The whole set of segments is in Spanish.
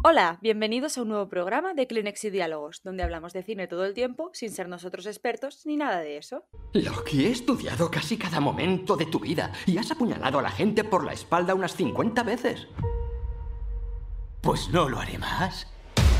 Hola, bienvenidos a un nuevo programa de Kleenex y Diálogos, donde hablamos de cine todo el tiempo, sin ser nosotros expertos ni nada de eso. Loki, he estudiado casi cada momento de tu vida y has apuñalado a la gente por la espalda unas 50 veces. Pues no lo haré más.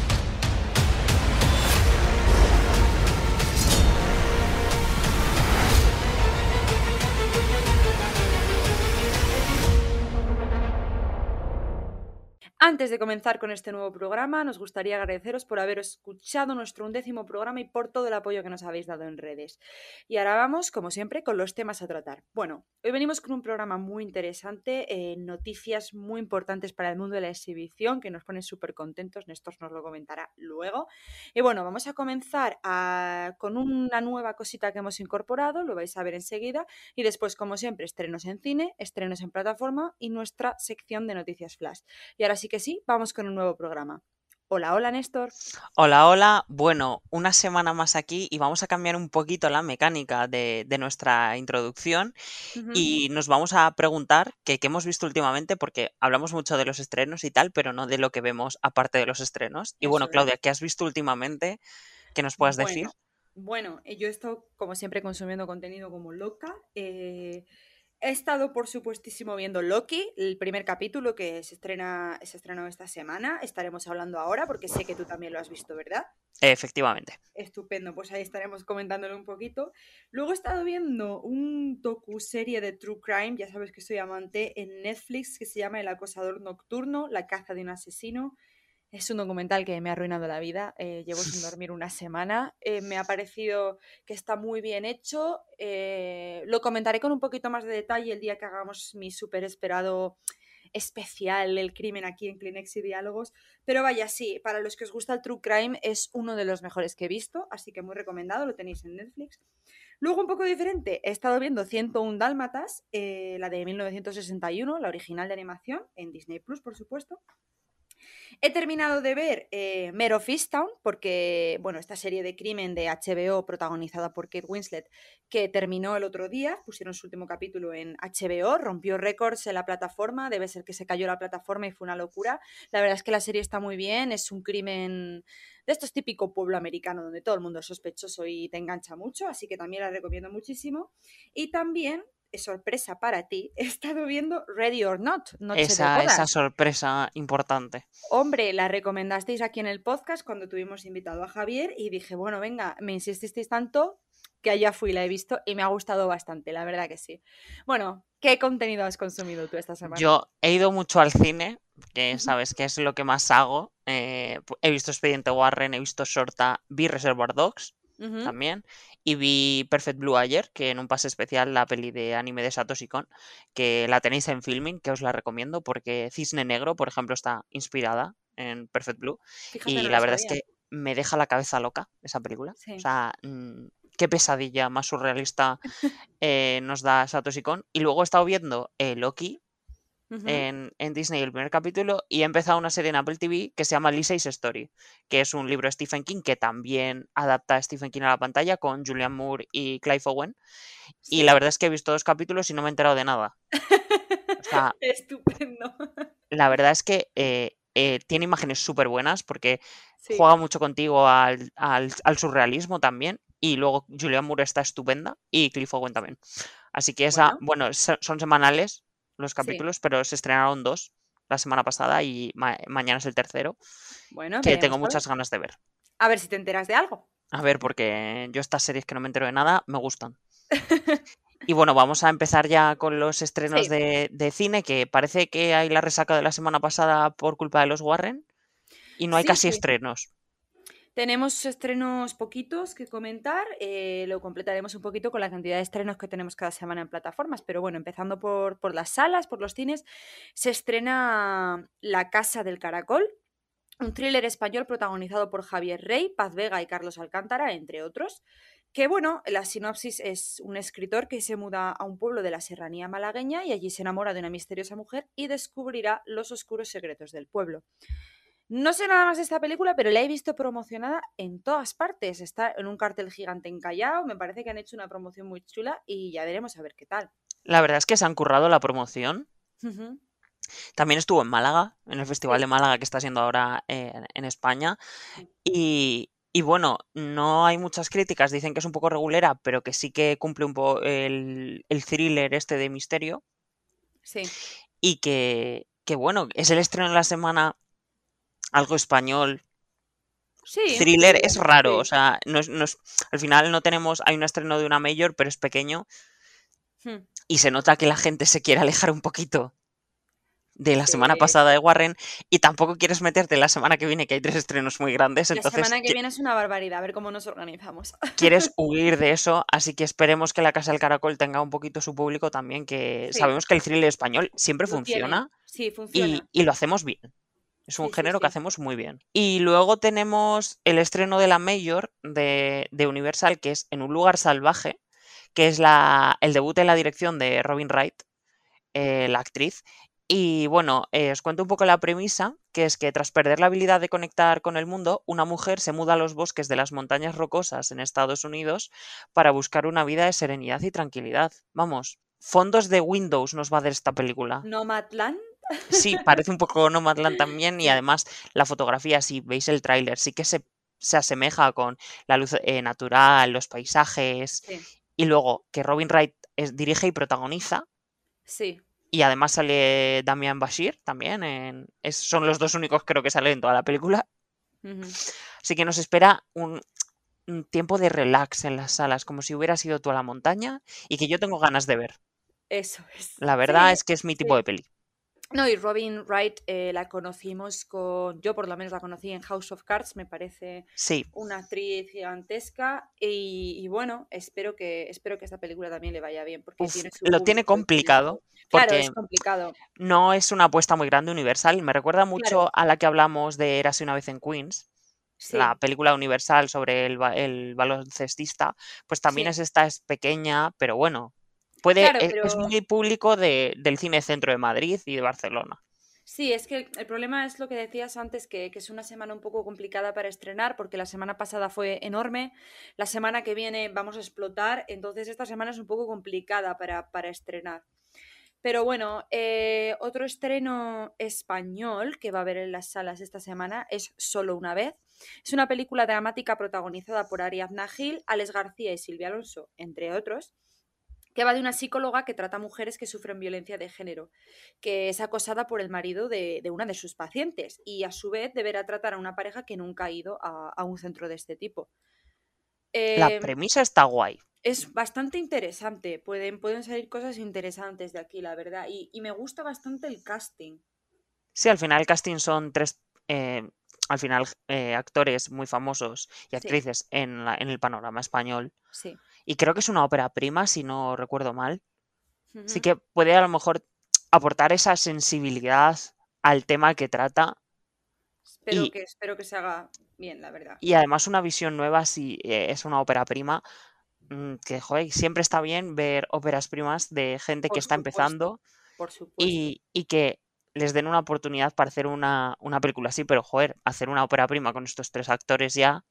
Antes de comenzar con este nuevo programa, nos gustaría agradeceros por haber escuchado nuestro 11º programa y por todo el apoyo que nos habéis dado en redes. Y ahora vamos, como siempre, con los temas a tratar. Bueno, hoy venimos con un programa muy interesante, noticias muy importantes para el mundo de la exhibición, que nos ponen súper contentos. Néstor nos lo comentará luego. Y bueno, vamos a comenzar con una nueva cosita que hemos incorporado, lo vais a ver enseguida. Y después, como siempre, estrenos en cine, estrenos en plataforma y nuestra sección de noticias flash. Y ahora sí que sí, vamos con un nuevo programa. Hola, hola Néstor. Hola, hola. Bueno, una semana más aquí y vamos a cambiar un poquito la mecánica de nuestra introducción Ujú. y nos vamos a preguntar qué hemos visto últimamente porque hablamos mucho de los estrenos y tal, pero no de lo que vemos aparte de los estrenos. Y bueno, Eso es. Claudia, ¿qué has visto últimamente? ¿Qué nos puedas decir? Bueno, yo he estado como siempre consumiendo contenido como loca. He estado, por supuestísimo, viendo Loki, el primer capítulo que se estrenó esta semana. Estaremos hablando ahora porque sé que tú también lo has visto, ¿verdad? Efectivamente. Estupendo, pues ahí estaremos comentándolo un poquito. Luego he estado viendo un docu-serie de True Crime, ya sabes que soy amante, en Netflix que se llama El acosador nocturno, la caza de un asesino. Es un documental que me ha arruinado la vida. Llevo sin dormir una semana. Me ha parecido que está muy bien hecho. Lo comentaré con un poquito más de detalle el día que hagamos mi súper esperado especial, el crimen aquí en Kleenex y Diálogos. Pero vaya, sí, para los que os gusta el True Crime es uno de los mejores que he visto, así que muy recomendado, lo tenéis en Netflix. Luego, un poco diferente, he estado viendo 101 Dálmatas, la de 1961, la original de animación, en Disney Plus, por supuesto. He terminado de ver Mare of Easttown, porque, bueno, esta serie de crimen de HBO protagonizada por Kate Winslet, que terminó el otro día, pusieron su último capítulo en HBO, rompió récords en la plataforma, debe ser que se cayó la plataforma y fue una locura. La verdad es que la serie está muy bien, es un crimen de estos típico pueblo americano donde todo el mundo es sospechoso y te engancha mucho, así que también la recomiendo muchísimo. Y también, sorpresa para ti, he estado viendo Ready or Not, Noche de Esa Bodas. sorpresa importante. Hombre, la recomendasteis aquí en el podcast cuando tuvimos invitado a Javier y dije, bueno, venga, me insististeis tanto que allá fui, la he visto y me ha gustado bastante, la verdad que sí. Bueno, ¿qué contenido has consumido tú esta semana? Yo he ido mucho al cine, que sabes que es lo que más hago. He visto Expediente Warren, he visto Shorta, vi Reservoir Dogs Ujú. también, y vi Perfect Blue ayer, que en un pase especial la peli de anime de Satoshi Kon, que la tenéis en Filming, que os la recomiendo, porque Cisne Negro, por ejemplo, está inspirada en Perfect Blue, Fíjate, y no lo la verdad es sabía. que me deja la cabeza loca esa película. O Sí. sea, qué pesadilla más surrealista nos da Satoshi Kon. Y luego he estado viendo Loki Ujú. en Disney el primer capítulo y he empezado una serie en Apple TV que se llama Lisa's Story, que es un libro de Stephen King que también adapta a Stephen King a la pantalla con Julianne Moore y Clive Owen. Y la Sí. verdad es que he visto 2 capítulos y no me he enterado de nada. O sea, Estupendo. la verdad es que tiene imágenes súper buenas porque Sí. juega mucho contigo al surrealismo también. Y luego Julianne Moore está estupenda y Clive Owen también. Así que esa, Bueno, bueno, son semanales los sí. capítulos, pero se estrenaron 2 la semana pasada y mañana es el tercero, Bueno, que veremos tengo a ver. muchas ganas de ver. A ver si te enteras de algo. A ver, porque yo estas series que no me entero de nada me gustan. Y bueno, vamos a empezar ya con los estrenos Sí, de cine, que parece que hay la resaca de la semana pasada por culpa de los Warren y no hay sí, casi sí. estrenos. Tenemos estrenos poquitos que comentar, lo completaremos un poquito con la cantidad de estrenos que tenemos cada semana en plataformas, pero bueno, empezando por las salas, por los cines, se estrena La Casa del Caracol, un thriller español protagonizado por Javier Rey, Paz Vega y Carlos Alcántara, entre otros, que bueno, la sinopsis es un escritor que se muda a un pueblo de la serranía malagueña y allí se enamora de una misteriosa mujer y descubrirá los oscuros secretos del pueblo. No sé nada más de esta película, pero la he visto promocionada en todas partes. Está en un cartel gigante en Callao, me parece que han hecho una promoción muy chula y ya veremos a ver qué tal. La verdad es que se han currado la promoción. Ujú. También estuvo en Málaga, en el Festival Sí. de Málaga que está siendo ahora en España. Y bueno, no hay muchas críticas, dicen que es un poco regulera, pero que sí que cumple un poco el thriller este de misterio. Sí. Y que bueno, es el estreno de la semana, algo español. Sí, un Thriller es thriller. raro, o Sí. sea, al final no tenemos, hay un estreno de una major, pero es pequeño Hmm. y se nota que la gente se quiere alejar un poquito de la semana Sí, pasada de sí. Warren y tampoco quieres meterte en la semana que viene, que hay 3 estrenos muy grandes, La entonces semana que viene es una barbaridad, a ver cómo nos organizamos. quieres huir de eso, así que esperemos que La Casa del Caracol tenga un poquito su público también, que Sí, sabemos que el thriller español siempre lo tiene. funciona Sí, funciona. y lo hacemos bien. Es un Sí, sí, género que sí. hacemos muy bien. Y luego tenemos el estreno de la Major de Universal, que es En un lugar salvaje, que es el debut en la dirección de Robin Wright, la actriz. Y bueno, os cuento un poco la premisa, que es que tras perder la habilidad de conectar con el mundo, una mujer se muda a los bosques de las montañas rocosas en Estados Unidos para buscar una vida de serenidad y tranquilidad. Vamos, fondos de Windows nos va a dar esta película. Nomadland. Sí, parece un poco Nomadland también y Sí, además la fotografía, si veis el tráiler, sí que se asemeja con la luz natural, los paisajes sí, y luego que Robin Wright dirige y protagoniza sí. y además sale Damian Bashir también, son los dos únicos creo que salen en toda la película, Ujú. así que nos espera un tiempo de relax en las salas, como si hubiera sido tú a la montaña y que yo tengo ganas de ver. Eso es. La verdad Sí, es que es mi tipo sí. de peli. No, y Robin Wright la conocimos yo por lo menos la conocí en House of Cards, me parece Sí, una actriz gigantesca y bueno, espero que esta película también le vaya bien porque uf, tiene su lo tiene público y tiene complicado todo. Claro, es porque complicado. no es una apuesta muy grande Universal. Me recuerda Claro, mucho a la que hablamos de Érase una vez en Queens, la sí, película Universal sobre el baloncestista. Pues también sí. es pequeña, pero bueno, Claro, es pero muy público del cine centro de Madrid y de Barcelona. sí, es que el problema es lo que decías antes, que es una semana un poco complicada para estrenar, porque la semana pasada fue enorme, la semana que viene vamos a explotar, entonces esta semana es un poco complicada para estrenar. Pero bueno, otro estreno español que va a haber en las salas esta semana es Solo una vez. Es una película dramática protagonizada por Ariadna Gil, Alex García y Silvia Alonso, entre otros, que va de una psicóloga que trata a mujeres que sufren violencia de género, que es acosada por el marido de una de sus pacientes y a su vez deberá tratar a una pareja que nunca ha ido a un centro de este tipo. La Eh, premisa está guay. es bastante interesante, pueden salir cosas interesantes de aquí, la verdad, y me gusta bastante el casting. Sí, al final el casting son tres, eh, al final actores muy famosos y Sí, actrices en el panorama español. sí. Y creo que es una ópera prima, si no recuerdo mal. Sí Ujú. que puede a lo mejor aportar esa sensibilidad al tema que trata y, Espero que se haga bien, la verdad. y además una visión nueva si es una ópera prima, que joder, siempre está bien ver óperas primas de gente que Por está supuesto, empezando por supuesto. y que les den una oportunidad para hacer una película así, pero joder, hacer una ópera prima con estos tres actores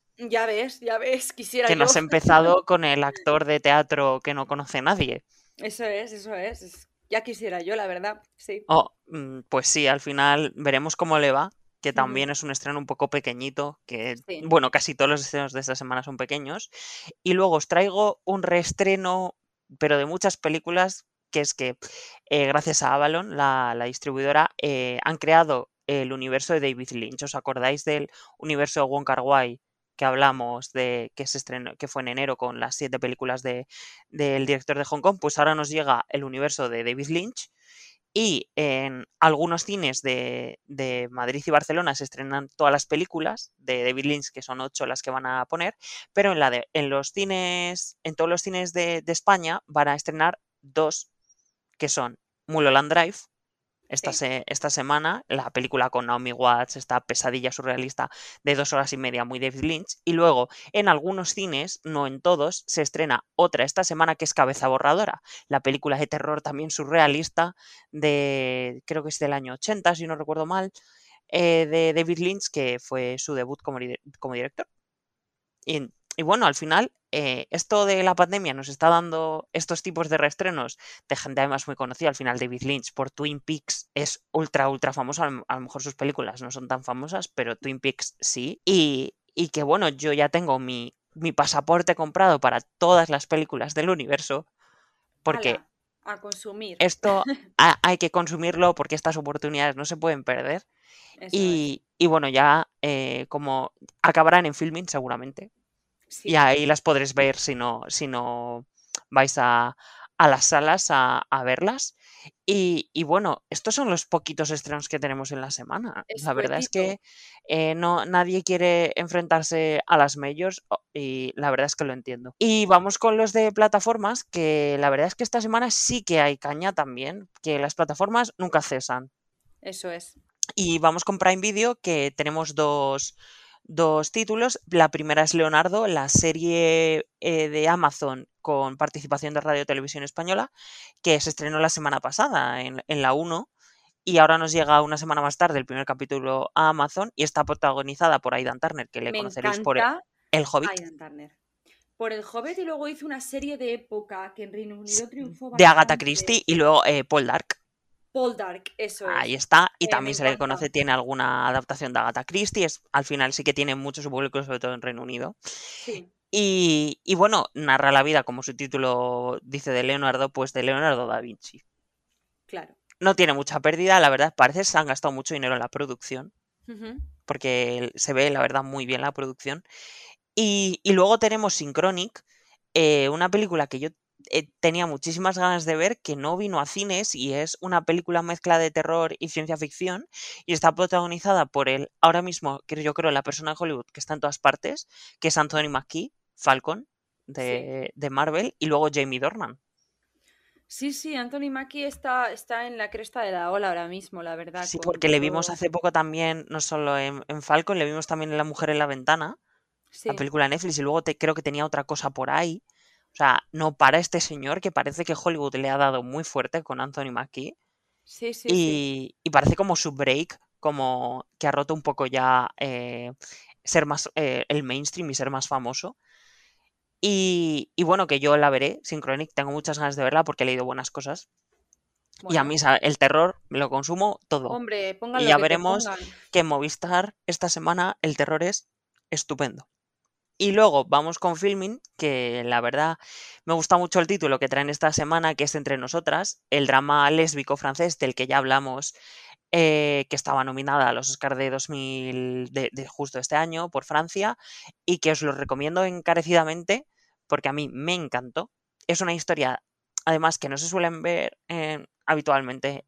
Ya ves, quisiera que no yo. has empezado con el actor de teatro que no conoce nadie. Eso es. Ya quisiera yo, la verdad, sí. Oh, pues sí, al final veremos cómo le va, que Ujú. también es un estreno un poco pequeñito, que Sí. bueno, casi todos los estrenos de esta semana son pequeños. Y luego os traigo un reestreno, pero de muchas películas, que es que gracias a Avalon, la distribuidora, han creado el universo de David Lynch. ¿Os acordáis del universo de Wong Kar-wai que hablamos de que se estrenó, que fue en enero con las 7 películas del director de Hong Kong? Pues ahora nos llega el universo de David Lynch y en algunos cines de Madrid y Barcelona se estrenan todas las películas de David Lynch, que son 8 las que van a poner, pero en los cines, en todos los cines de España van a estrenar dos, que son Mulholland Drive, Sí. esta semana, la película con Naomi Watts, esta pesadilla surrealista de 2 horas y media, muy David Lynch. Y luego, en algunos cines, no en todos, se estrena otra esta semana que es Cabeza Borradora, la película de terror también surrealista creo que es del año 80, si no recuerdo mal, de David Lynch, que fue su debut como director. Y y bueno, al final, esto de la pandemia nos está dando estos tipos de reestrenos de gente además muy conocida. Al final, David Lynch por Twin Peaks es ultra, ultra famoso. A lo mejor sus películas no son tan famosas, pero Twin Peaks sí. Y que bueno, yo ya tengo mi pasaporte comprado para todas las películas del universo, porque Ala, a consumir. esto hay que consumirlo porque estas oportunidades no se pueden perder. Eso es. Y bueno, ya como acabarán en filming seguramente. Y Sí. ahí las podréis ver si no vais a las salas a verlas. Y bueno, estos son los poquitos estrenos que tenemos en la semana. Es La verdad es poquito. que nadie quiere enfrentarse a las majors y la verdad es que lo entiendo. Y vamos con los de plataformas, que la verdad es que esta semana sí que hay caña también, que las plataformas nunca cesan. Eso es. Y vamos con Prime Video, que tenemos dos títulos. La primera es Leonardo, la serie de Amazon con participación de Radio Televisión Española, que se estrenó la semana pasada en la 1 y ahora nos llega una semana más tarde el primer capítulo a Amazon y está protagonizada por Aidan Turner, que le Me conoceréis por encanta El Hobbit, Aidan Turner. Por El Hobbit y luego hizo una serie de época que en Reino Unido triunfó de Agatha bastante. Christie y luego Paul Dark. Poldark, eso Ahí es. está, y Me también se le encanta. conoce, tiene alguna adaptación de Agatha Christie, al final sí que tiene mucho su público, sobre todo en Reino Unido. Sí, Y bueno, narra la vida, como su título dice, de Leonardo, pues de Leonardo da Vinci. claro. No tiene mucha pérdida, la verdad, parece que se han gastado mucho dinero en la producción, Ujú. porque se ve, la verdad, muy bien la producción. Y luego tenemos Synchronic, una película que yo tenía muchísimas ganas de ver, que no vino a cines y es una película mezcla de terror y ciencia ficción y está protagonizada por el, ahora mismo, que yo creo, la persona de Hollywood que está en todas partes, que es Anthony Mackie, Falcon, Sí. de Marvel, y luego Jamie Dornan. Sí, sí, Anthony Mackie está en la cresta de la ola ahora mismo, la verdad, Sí, con porque le vimos todo. hace poco también, no solo en Falcon, le vimos también en La Mujer en la Ventana, la Sí, película de Netflix, y luego creo que tenía otra cosa por ahí. O sea, no para este señor que parece que Hollywood le ha dado muy fuerte con Anthony Mackie sí, sí, sí. y parece como su break, como que ha roto un poco ya ser más el mainstream y ser más famoso. Y bueno, que yo la veré, Synchronic, tengo muchas ganas de verla porque he leído buenas cosas. Y a mí Bueno, el terror me lo consumo todo. hombre, Y pongan lo ya que te veremos pongan. que en Movistar esta semana el terror es estupendo. Y luego vamos con Filming, que la verdad me gusta mucho el título que traen esta semana, que es Entre Nosotras, el drama lésbico francés del que ya hablamos, que estaba nominada a los Oscars de 2000, de justo este año por Francia, y que os lo recomiendo encarecidamente porque a mí me encantó. Es una historia, además, que no se suelen ver habitualmente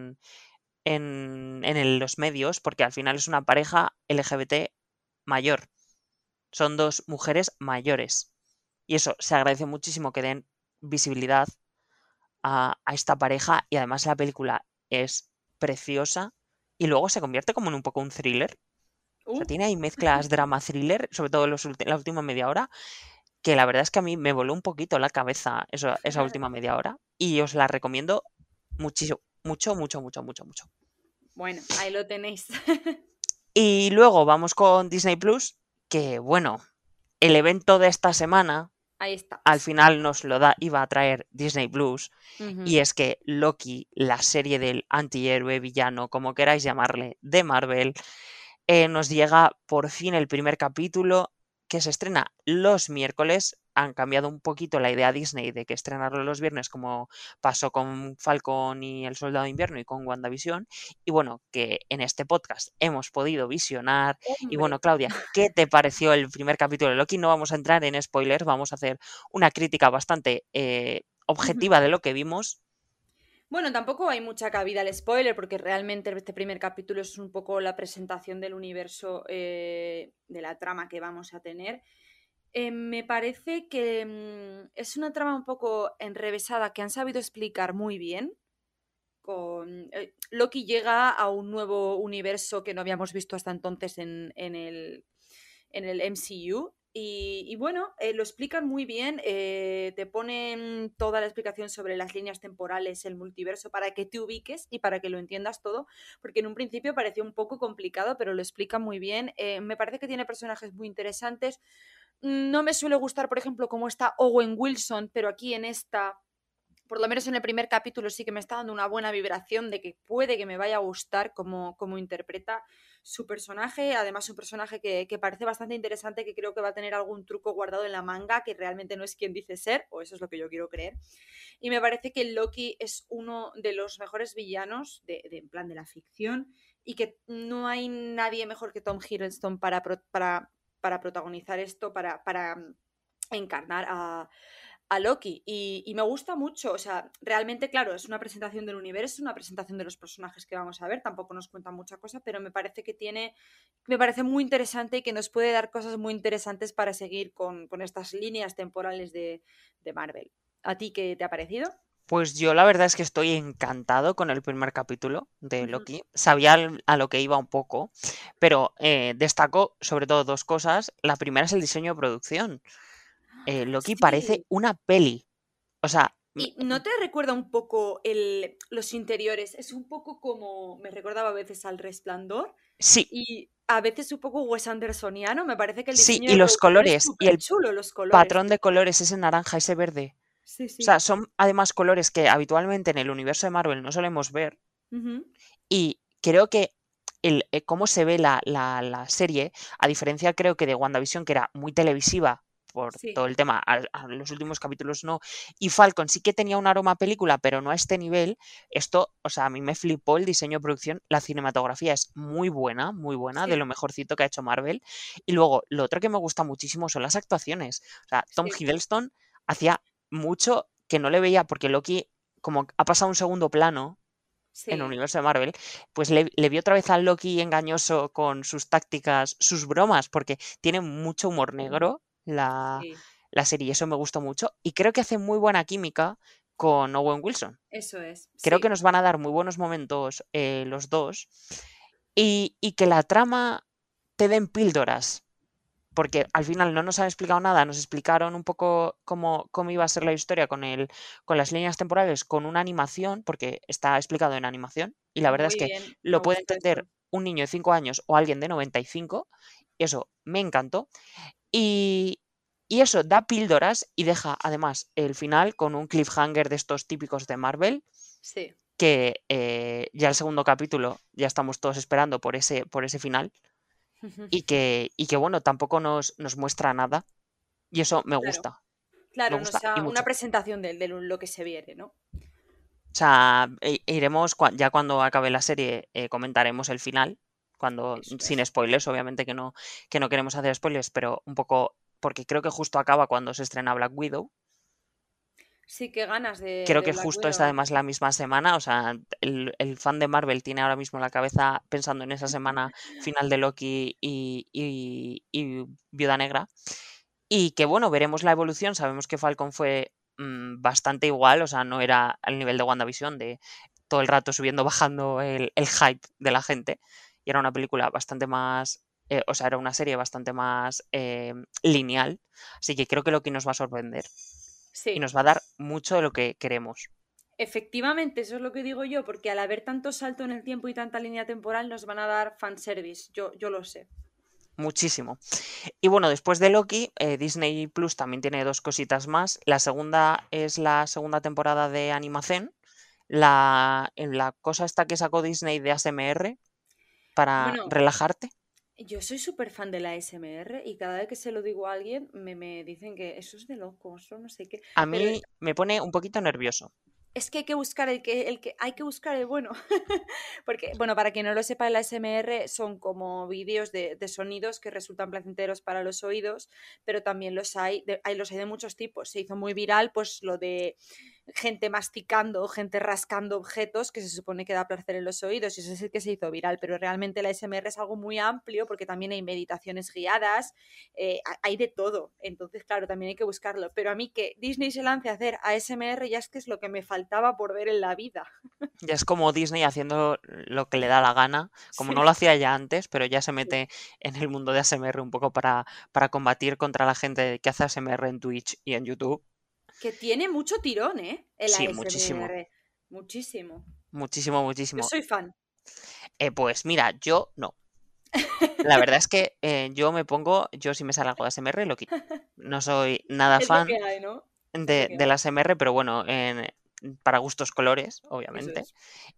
en los medios, porque al final es una pareja LGBT mayor. Son dos mujeres mayores. Y eso se agradece muchísimo que den visibilidad a esta pareja. Y además la película es preciosa. Y luego se convierte como en un poco un thriller. O sea, Uh, tiene ahí mezclas drama thriller, sobre todo la última media hora, que la verdad es que a mí me voló un poquito la cabeza esa última media hora. Y os la recomiendo muchísimo. Mucho, mucho, mucho, mucho, mucho. bueno, ahí lo tenéis. Y luego vamos con Disney Plus, que bueno, el evento de esta semana Ahí al estamos. final nos lo iba a traer Disney Plus, Ujú. y es que Loki, la serie del antihéroe villano, como queráis llamarle, de Marvel, nos llega por fin el primer capítulo que se estrena los miércoles. Han cambiado un poquito la idea Disney de que estrenarlo los viernes como pasó con Falcon y el Soldado de Invierno y con WandaVision. Y bueno, que en este podcast hemos podido visionar. Y bueno, Hombre. Claudia, ¿qué te pareció el primer capítulo de Loki? No vamos a entrar en spoilers, vamos a hacer una crítica bastante Ujú. objetiva de lo que vimos. Bueno, tampoco hay mucha cabida al spoiler porque realmente este primer capítulo es un poco la presentación del universo de la trama que vamos a tener. Me parece que es una trama un poco enrevesada que han sabido explicar muy bien. Loki llega a un nuevo universo que no habíamos visto hasta entonces en el MCU. Y bueno, lo explican muy bien, te ponen toda la explicación sobre las líneas temporales, el multiverso, para que te ubiques y para que lo entiendas todo, porque en un principio parecía un poco complicado, pero lo explican muy bien. Me parece que tiene personajes muy interesantes. No me suele gustar, por ejemplo, cómo está Owen Wilson, pero aquí en esta, por lo menos en el primer capítulo, sí que me está dando una buena vibración de que puede que me vaya a gustar cómo interpreta su personaje. Además, un personaje que parece bastante interesante, que creo que va a tener algún truco guardado en la manga, que realmente no es quien dice ser, o eso es lo que yo quiero creer. Y me parece que Loki es uno de los mejores villanos en plan de la ficción, y que no hay nadie mejor que Tom Hiddleston para protagonizar esto, para encarnar a Loki. Y me gusta mucho, o sea, realmente, claro, es una presentación del universo, una presentación de los personajes que vamos a ver, tampoco nos cuenta mucha cosa, pero me parece muy interesante y que nos puede dar cosas muy interesantes para seguir con estas líneas temporales de Marvel. ¿A ti qué te ha parecido? Pues yo la verdad es que estoy encantado con el primer capítulo de Ujú. Loki. Sabía a lo que iba un poco, pero destaco sobre todo dos cosas. La primera es el diseño de producción. Loki parece Sí. una peli. O sea, ¿Y no te recuerda un poco los interiores? Es un poco como, me recordaba a veces al Resplandor sí, y a veces un poco Wes Andersoniano. Me parece que el sí, diseño y de los producción es colores y súper el chulo, los colores. patrón de colores, ese naranja, ese verde. Sí, O sea, sí. son además colores que habitualmente en el universo de Marvel no solemos ver. Ujú. Y creo que cómo se ve la serie, a diferencia creo que de WandaVision, que era muy televisiva por todo Sí, el tema, a los últimos capítulos no, y Falcon sí que tenía un aroma a película, pero no a este nivel, esto, o sea, a mí me flipó el diseño de producción, la cinematografía es muy buena, de sí, lo mejorcito que ha hecho Marvel, y luego lo otro que me gusta muchísimo son las actuaciones, o sea, Tom sí, Hiddleston hacía mucho que no le veía, porque Loki como ha pasado a un segundo plano, en el sí. universo de Marvel, pues le vi otra vez al Loki engañoso con sus tácticas, sus bromas, porque tiene mucho humor negro Sí, la serie, y eso me gustó mucho. Y creo que hace muy buena química con Owen Wilson. eso es. Creo que Sí. nos van a dar muy buenos momentos los dos. Y que la trama te den píldoras porque al final no nos han explicado nada, nos explicaron un poco cómo iba a ser la historia con las líneas temporales, con una animación, porque está explicado en animación, y la verdad es Muy que bien, me lo puede gusta entender eso. un niño de 5 años o alguien de 95, y eso me encantó. Y, y eso da píldoras y deja además el final con un cliffhanger de estos típicos de Marvel, Sí. que ya el segundo capítulo ya estamos todos esperando por ese final y que bueno, tampoco nos muestra nada. Y eso Claro, me claro, no gusta y sea una mucho. presentación de lo que se viene, ¿no? O sea, iremos, ya cuando acabe la serie, comentaremos el final, cuando, Eso sin es. spoilers, obviamente que no queremos hacer spoilers, pero un poco, porque creo que justo acaba cuando se estrena Black Widow. Sí, qué ganas Creo de que Black justo es Widow. además la misma semana, o sea, el fan de Marvel tiene ahora mismo la cabeza pensando en esa semana final de Loki y Viuda Negra. Y que bueno, veremos la evolución. Sabemos que Falcon fue bastante igual, o sea, no era al nivel de WandaVision, de todo el rato subiendo, bajando el hype de la gente. Y era una película bastante más, o sea, era una serie bastante más lineal. Así que creo que Loki nos va a sorprender y Sí, nos va a dar mucho de lo que queremos. efectivamente, eso es lo que digo yo, porque al haber tanto salto en el tiempo y tanta línea temporal nos van a dar fanservice, yo lo sé. Muchísimo. Y bueno, después de Loki, Disney Plus también tiene dos cositas más. La segunda es la segunda temporada de Animacen, en la cosa esta que sacó Disney de ASMR para Bueno, relajarte. yo soy súper fan de la ASMR y cada vez que se lo digo a alguien me dicen que eso es de locos, eso no sé qué, A pero mí me pone un poquito nervioso. es que hay que buscar hay que buscar el bueno. Porque, bueno, para quien no lo sepa, el ASMR son como vídeos de sonidos que resultan placenteros para los oídos, pero también los hay de muchos tipos. Se hizo muy viral, pues, lo de gente masticando, gente rascando objetos, que se supone que da placer en los oídos, y ese es el que se hizo viral, pero realmente el ASMR es algo muy amplio porque también hay meditaciones guiadas, hay de todo. Entonces, claro, también hay que buscarlo. Pero a mí que Disney se lance a hacer ASMR ya es que es lo que me faltaba por ver en la vida. Ya es como Disney haciendo lo que le da la gana, como no lo Sí, hacía ya antes, pero ya se sí. mete en el mundo de ASMR un poco para combatir contra la gente que hace ASMR en Twitch y en YouTube. Que tiene mucho tirón, ¿eh? El Sí, muchísimo, ASMR. Muchísimo. muchísimo, Yo muchísimo. soy fan. Pues mira, yo no. La verdad es que yo si me sale algo de ASMR lo quito. No soy nada Es lo fan que hay, ¿no? Es lo de, que del hay. ASMR, pero bueno, para gustos colores, Eso obviamente. es.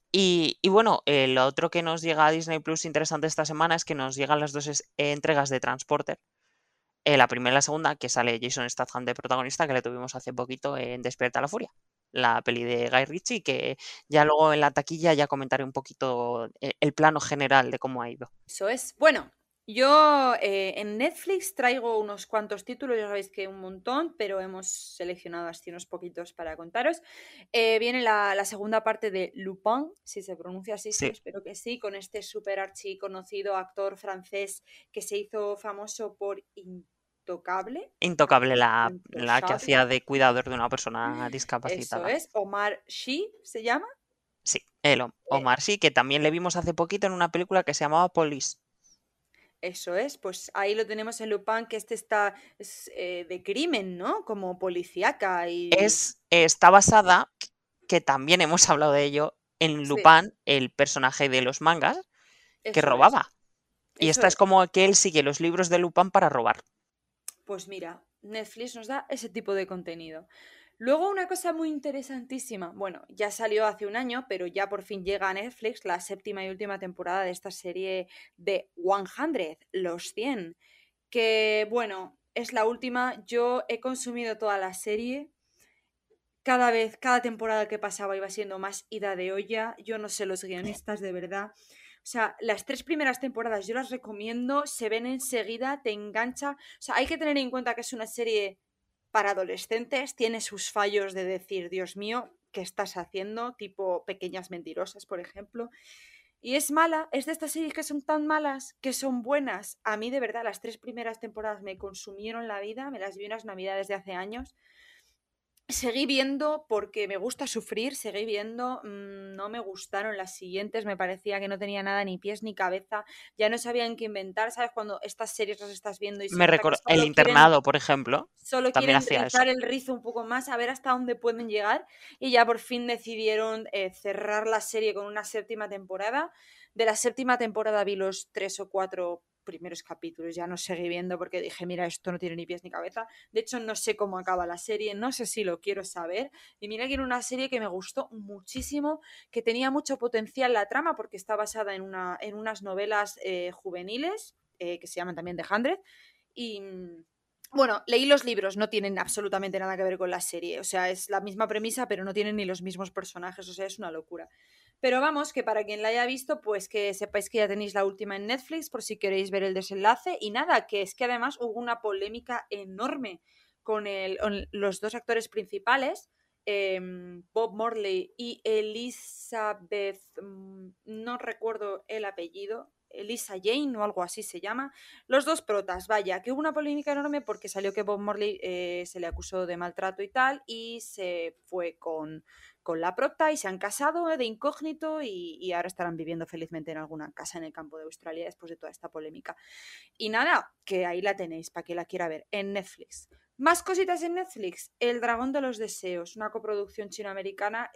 Y bueno, lo otro que nos llega a Disney Plus interesante esta semana es que nos llegan las dos entregas de Transporter. La primera y la segunda, que sale Jason Statham de protagonista, que le tuvimos hace poquito en Despierta la Furia, la peli de Guy Ritchie, que ya luego en la taquilla ya comentaré un poquito el plano general de cómo ha ido. Eso es. Bueno, yo en Netflix traigo unos cuantos títulos, ya sabéis que un montón, pero hemos seleccionado así unos poquitos para contaros. Viene la segunda parte de Lupin, si se pronuncia así, sí, Sí, espero que sí, con este super archi conocido actor francés que se hizo famoso por Intocable. Intocable la que Intouchable. hacía de cuidador de una persona Eso discapacitada. es. Omar Sy se llama. Sí, Eh, Omar sí, que también le vimos hace poquito en una película que se llamaba Police. Eso es, pues ahí lo tenemos en Lupin, que este está de crimen, ¿no? Como policíaca y... Está basada, que también hemos hablado de ello, en Sí, Lupin, el personaje de los mangas, que eso es, robaba. Y eso esta es es. como que él sigue los libros de Lupin para robar. Pues mira, Netflix nos da ese tipo de contenido. Luego una cosa muy interesantísima, bueno, ya salió hace un año, pero ya por fin llega a Netflix la séptima y última temporada de esta serie de 100, los 100, que bueno, es la última, yo he consumido toda la serie. Cada vez, cada temporada que pasaba iba siendo más ida de olla. Yo no sé los guionistas de verdad. O sea, las tres primeras temporadas yo las recomiendo, se ven enseguida, te engancha. O sea, hay que tener en cuenta que es una serie para adolescentes, tiene sus fallos de decir, Dios mío, ¿qué estás haciendo? Tipo Pequeñas Mentirosas, por ejemplo. Y es mala, es de estas series que son tan malas que son buenas. A mí, de verdad, las tres primeras temporadas me consumieron la vida, me las vi unas navidades de hace años. Seguí viendo porque me gusta sufrir, seguí viendo, no me gustaron las siguientes, me parecía que no tenía nada ni pies ni cabeza, ya no sabían qué inventar, ¿sabes? Cuando estas series las estás viendo y se nota que El internado, por ejemplo, solo también quieren hacía eso. rizar el rizo un poco más, a ver hasta dónde pueden llegar, y ya por fin decidieron cerrar la serie con una séptima temporada. De la séptima temporada vi los 3 o 4 primeros capítulos, ya no seguí viendo porque dije, mira, esto no tiene ni pies ni cabeza. De hecho, no sé cómo acaba la serie, no sé si lo quiero saber. Y mira que era una serie que me gustó muchísimo, que tenía mucho potencial la trama porque está basada en unas novelas juveniles que se llaman también The 100. Y bueno, leí los libros, no tienen absolutamente nada que ver con la serie. O sea, es la misma premisa, pero no tienen ni los mismos personajes. O sea, es una locura. Pero vamos, que para quien la haya visto, pues que sepáis que ya tenéis la última en Netflix por si queréis ver el desenlace. Y nada, que es que además hubo una polémica enorme con los dos actores principales, Bob Morley y Elizabeth, no recuerdo el apellido, Elisa Jane o algo así se llama. Los dos protas, vaya, que hubo una polémica enorme porque salió que Bob Morley se le acusó de maltrato y tal, y se fue con la prota y se han casado de incógnito y ahora estarán viviendo felizmente en alguna casa en el campo de Australia después de toda esta polémica. Y nada, que ahí la tenéis para que la quiera ver en Netflix. Más cositas en Netflix. El Dragón de los Deseos, una coproducción chinoamericana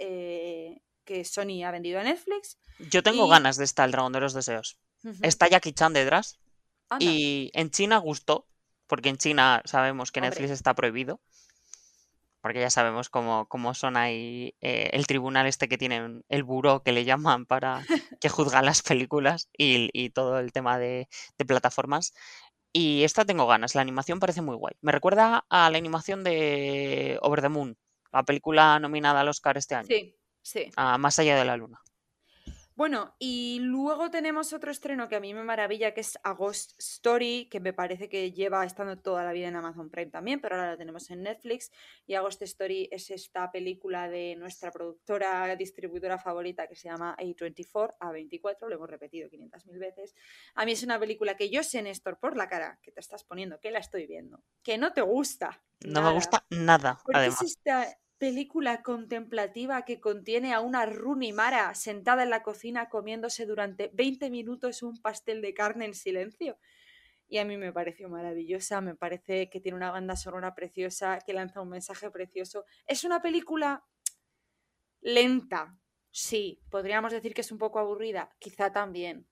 que Sony ha vendido a Netflix. Yo tengo Y. ganas de estar el Dragón de los Deseos. Ujú, Está Jackie Chan detrás anda, y en China gustó, porque en China sabemos que Netflix hombre. está prohibido, porque ya sabemos cómo son ahí el tribunal este que tienen, el buró que le llaman para que juzgan las películas y todo el tema de plataformas. Y esta tengo ganas, la animación parece muy guay. Me recuerda a la animación de Over the Moon, la película nominada al Oscar este año, Sí, sí. a Más allá de la luna. Bueno, y luego tenemos otro estreno que a mí me maravilla, que es A Ghost Story, que me parece que lleva estando toda la vida en Amazon Prime también, pero ahora la tenemos en Netflix. Y A Ghost Story es esta película de nuestra productora, distribuidora favorita, que se llama A24, A24, lo hemos repetido 500.000 veces. A mí es una película que yo sé, Néstor, por la cara que te estás poniendo, que la estoy viendo, que no te gusta No me nada. gusta nada, Porque es además. esta película contemplativa que contiene a una Rooney Mara sentada en la cocina comiéndose durante 20 minutos un pastel de carne en silencio. Y a mí me pareció maravillosa, me parece que tiene una banda sonora preciosa, que lanza un mensaje precioso. Es una película lenta, sí, podríamos decir que es un poco aburrida, quizá también,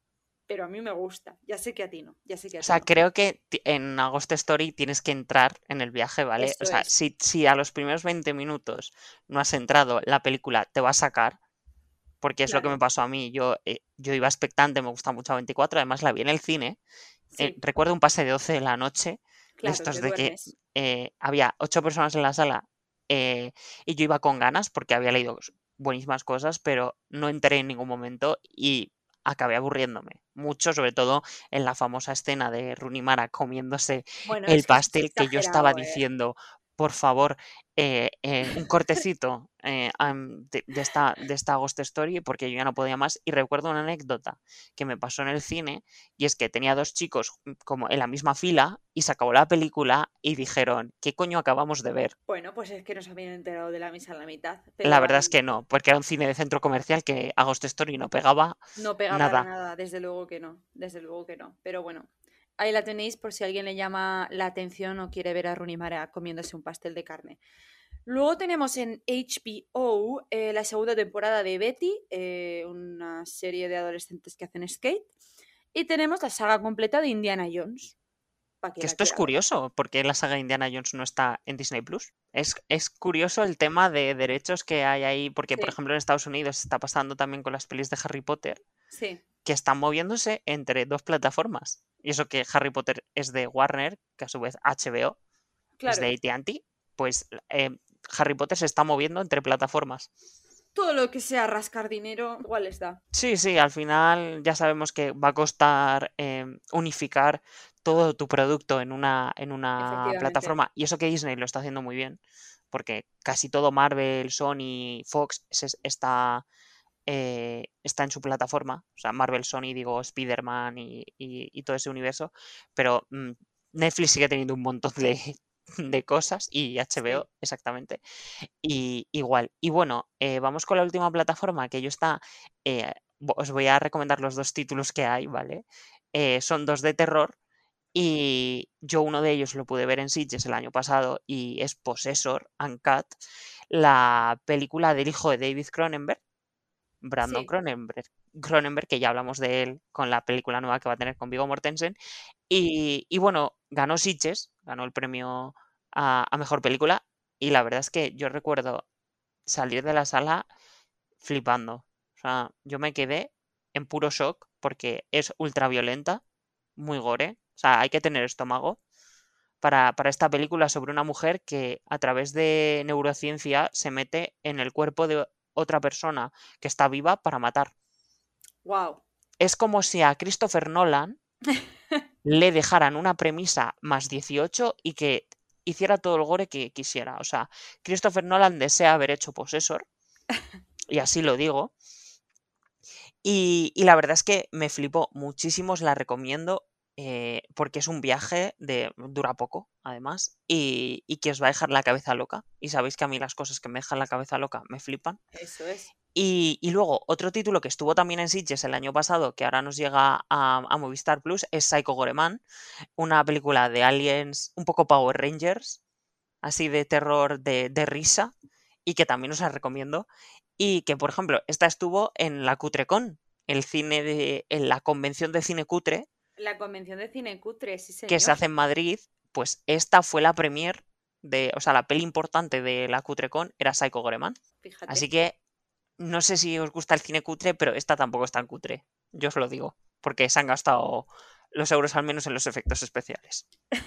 pero a mí me gusta. Ya sé que a ti no, ya sé que O a ti sea, no. creo que en A Ghost Story tienes que entrar en el viaje, ¿vale? O Eso sea, es. si a los primeros 20 minutos no has entrado, la película te va a sacar, porque es lo que me Claro, pasó a mí. Yo iba expectante, me gusta mucho 24, además la vi en el cine. sí, Recuerdo un pase de 12 de la noche, de claro, estos te de que duermes. había 8 personas en la sala eh, y yo iba con ganas porque había leído buenísimas cosas, pero no entré en ningún momento y acabé aburriéndome mucho, sobre todo en la famosa escena de Rooney Mara comiéndose Bueno, el es que eso es pastel que yo estaba exagerado, ¿eh? diciendo, por favor, un cortecito de esta Ghost Story porque yo ya no podía más. Y recuerdo una anécdota que me pasó en el cine y es que tenía dos chicos como en la misma fila y se acabó la película y dijeron, ¿qué coño acabamos de ver? Bueno, pues es que no se habían enterado de la misa en la mitad, La pero verdad es que no, porque era un cine de centro comercial que a Ghost Story no pegaba no pega para nada. nada, desde luego que no, desde luego que no. Pero bueno, ahí la tenéis por si a alguien le llama la atención o quiere ver a Rooney Mara comiéndose un pastel de carne. Luego tenemos en HBO la segunda temporada de Betty, una serie de adolescentes que hacen skate. Y tenemos la saga completa de Indiana Jones, para quien Que la esto es quiera ver. curioso, porque la saga Indiana Jones no está en Disney Plus. Es curioso el tema de derechos que hay ahí, porque por Sí, ejemplo en Estados Unidos está pasando también con las pelis de Harry Potter, sí, que están moviéndose entre dos plataformas. Y eso que Harry Potter es de Warner, que a su vez HBO es de claro. AT&T, pues Harry Potter se está moviendo entre plataformas. Todo lo que sea rascar dinero, igual les da. Sí, sí, al final ya sabemos que va a costar unificar todo tu producto en una Efectivamente. plataforma. Y eso que Disney lo está haciendo muy bien, porque casi todo Marvel, Sony, Fox está en su plataforma. O sea, Marvel, Sony, digo, Spider-Man y todo ese universo. Pero Netflix sigue teniendo un montón de cosas y Sí. HBO exactamente. Y igual. Y bueno, vamos con la última plataforma que yo está. Os voy a recomendar los dos títulos que hay, ¿vale? Son dos de terror. Y yo uno de ellos lo pude ver en Sitges el año pasado y es Possessor Uncut, la película del hijo de David Cronenberg, Brandon Sí. Cronenberg, que ya hablamos de él con la película nueva que va a tener con Viggo Mortensen. Y bueno, ganó Sitges, ganó el premio a mejor película. Y la verdad es que yo recuerdo salir de la sala flipando. O sea, yo me quedé en puro shock porque es ultra violenta, muy gore. O sea, hay que tener estómago para esta película sobre una mujer que a través de neurociencia se mete en el cuerpo de otra persona que está viva para matar. Wow. Es como si a Christopher Nolan le dejaran una premisa más 18 y que hiciera todo el gore que quisiera. O sea, Christopher Nolan desea haber hecho Possessor, y así lo digo. Y la verdad es que me flipó muchísimo, os la recomiendo porque es un viaje dura poco, además, y que os va a dejar la cabeza loca. Y sabéis que a mí las cosas que me dejan la cabeza loca me flipan. Eso es. Y luego, otro título que estuvo también en Sitges el año pasado, que ahora nos llega a Movistar Plus, es Psycho Goreman, una película de aliens, un poco Power Rangers, así de terror de risa, y que también os la recomiendo. Y que, por ejemplo, esta estuvo en la Cutrecon, en la convención de cine cutre La convención de cine cutre, sí que se señor. hace en Madrid, pues esta fue la premier o sea, la peli importante de la Cutrecon era Psycho Goreman. Así Fíjate. que no sé si os gusta el cine cutre, pero esta tampoco es tan cutre. Yo os lo digo, porque se han gastado los euros al menos en los efectos especiales.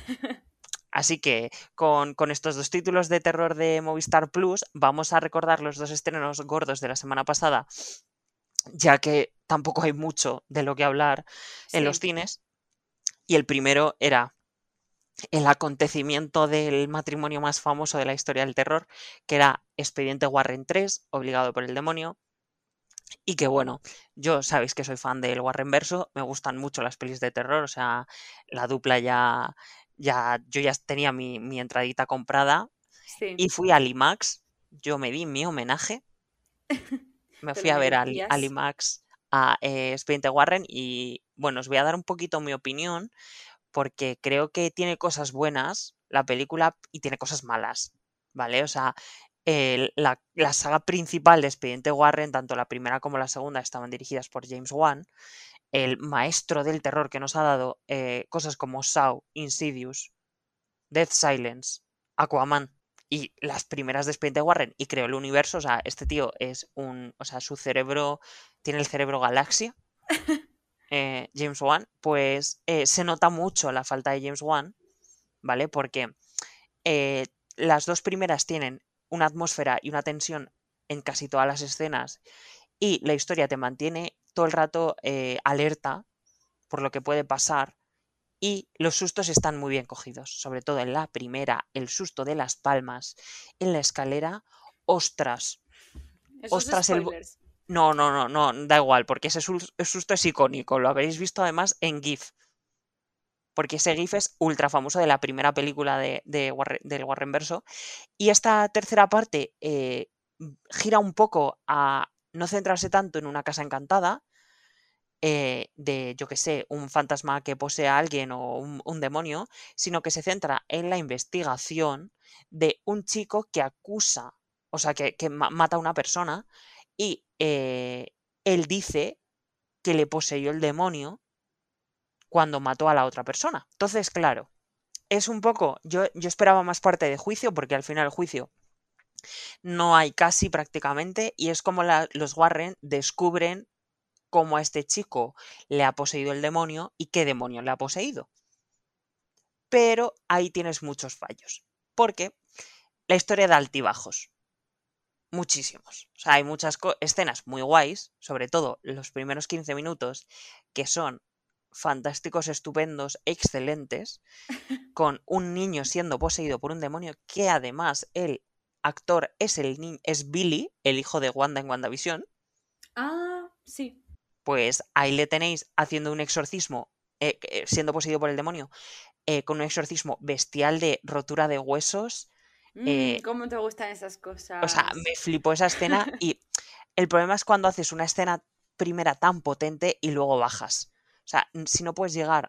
Así que con estos dos títulos de terror de Movistar Plus vamos a recordar los dos estrenos gordos de la semana pasada, ya que tampoco hay mucho de lo que hablar en los Sí. cines. Y el primero era el acontecimiento del matrimonio más famoso de la historia del terror, que era Expediente Warren 3, obligado por el demonio. Y que bueno, yo sabéis que soy fan del Warren verso, me gustan mucho las pelis de terror, o sea, la dupla yo ya tenía mi entradita comprada Sí. y fui al IMAX, yo me di mi homenaje, me Te fui lo a ver al merecías. IMAX a Expediente Warren y bueno, os voy a dar un poquito mi opinión porque creo que tiene cosas buenas la película y tiene cosas malas, ¿vale? O sea, la saga principal de Expediente Warren, tanto la primera como la segunda, estaban dirigidas por James Wan el maestro del terror que nos ha dado cosas como Saw, Insidious, Death Silence, Aquaman y las primeras de Expediente Warren y creó el universo. O sea, este tío es o sea, su cerebro tiene el cerebro galaxia. James Wan, pues se nota mucho la falta de James Wan, ¿vale? Porque las dos primeras tienen una atmósfera y una tensión en casi todas las escenas y la historia te mantiene todo el rato alerta por lo que puede pasar y los sustos están muy bien cogidos, sobre todo en la primera, el susto de las palmas en la escalera, ostras, Esos ostras, spoilers. no, no, no, no, da igual, porque ese susto es icónico, lo habréis visto además en GIF, porque ese GIF es ultra famoso de la primera película del Warrenverso. Y esta tercera parte gira un poco a no centrarse tanto en una casa encantada, de, yo que sé, un fantasma que posee a alguien o un demonio, sino que se centra en la investigación de un chico que acusa, o sea, que mata a una persona y él dice que le poseyó el demonio cuando mató a la otra persona. Entonces, claro, es un poco, yo esperaba más parte de juicio, porque al final el juicio no hay casi prácticamente, y es como los Warren descubren cómo a este chico le ha poseído el demonio y qué demonio le ha poseído. Pero ahí tienes muchos fallos, porque la historia da altibajos, muchísimos. O sea, hay muchas escenas muy guays, sobre todo los primeros 15 minutos, que son fantásticos, estupendos, excelentes, con un niño siendo poseído por un demonio, que además el actor es Billy, el hijo de Wanda en WandaVision. Ah, sí. Pues ahí le tenéis haciendo un exorcismo, siendo poseído por el demonio, con un exorcismo bestial de rotura de huesos. ¿Cómo te gustan esas O sea, me cosas? flipó esa escena y el problema es cuando haces una escena primera tan potente y luego bajas. O sea, si no puedes llegar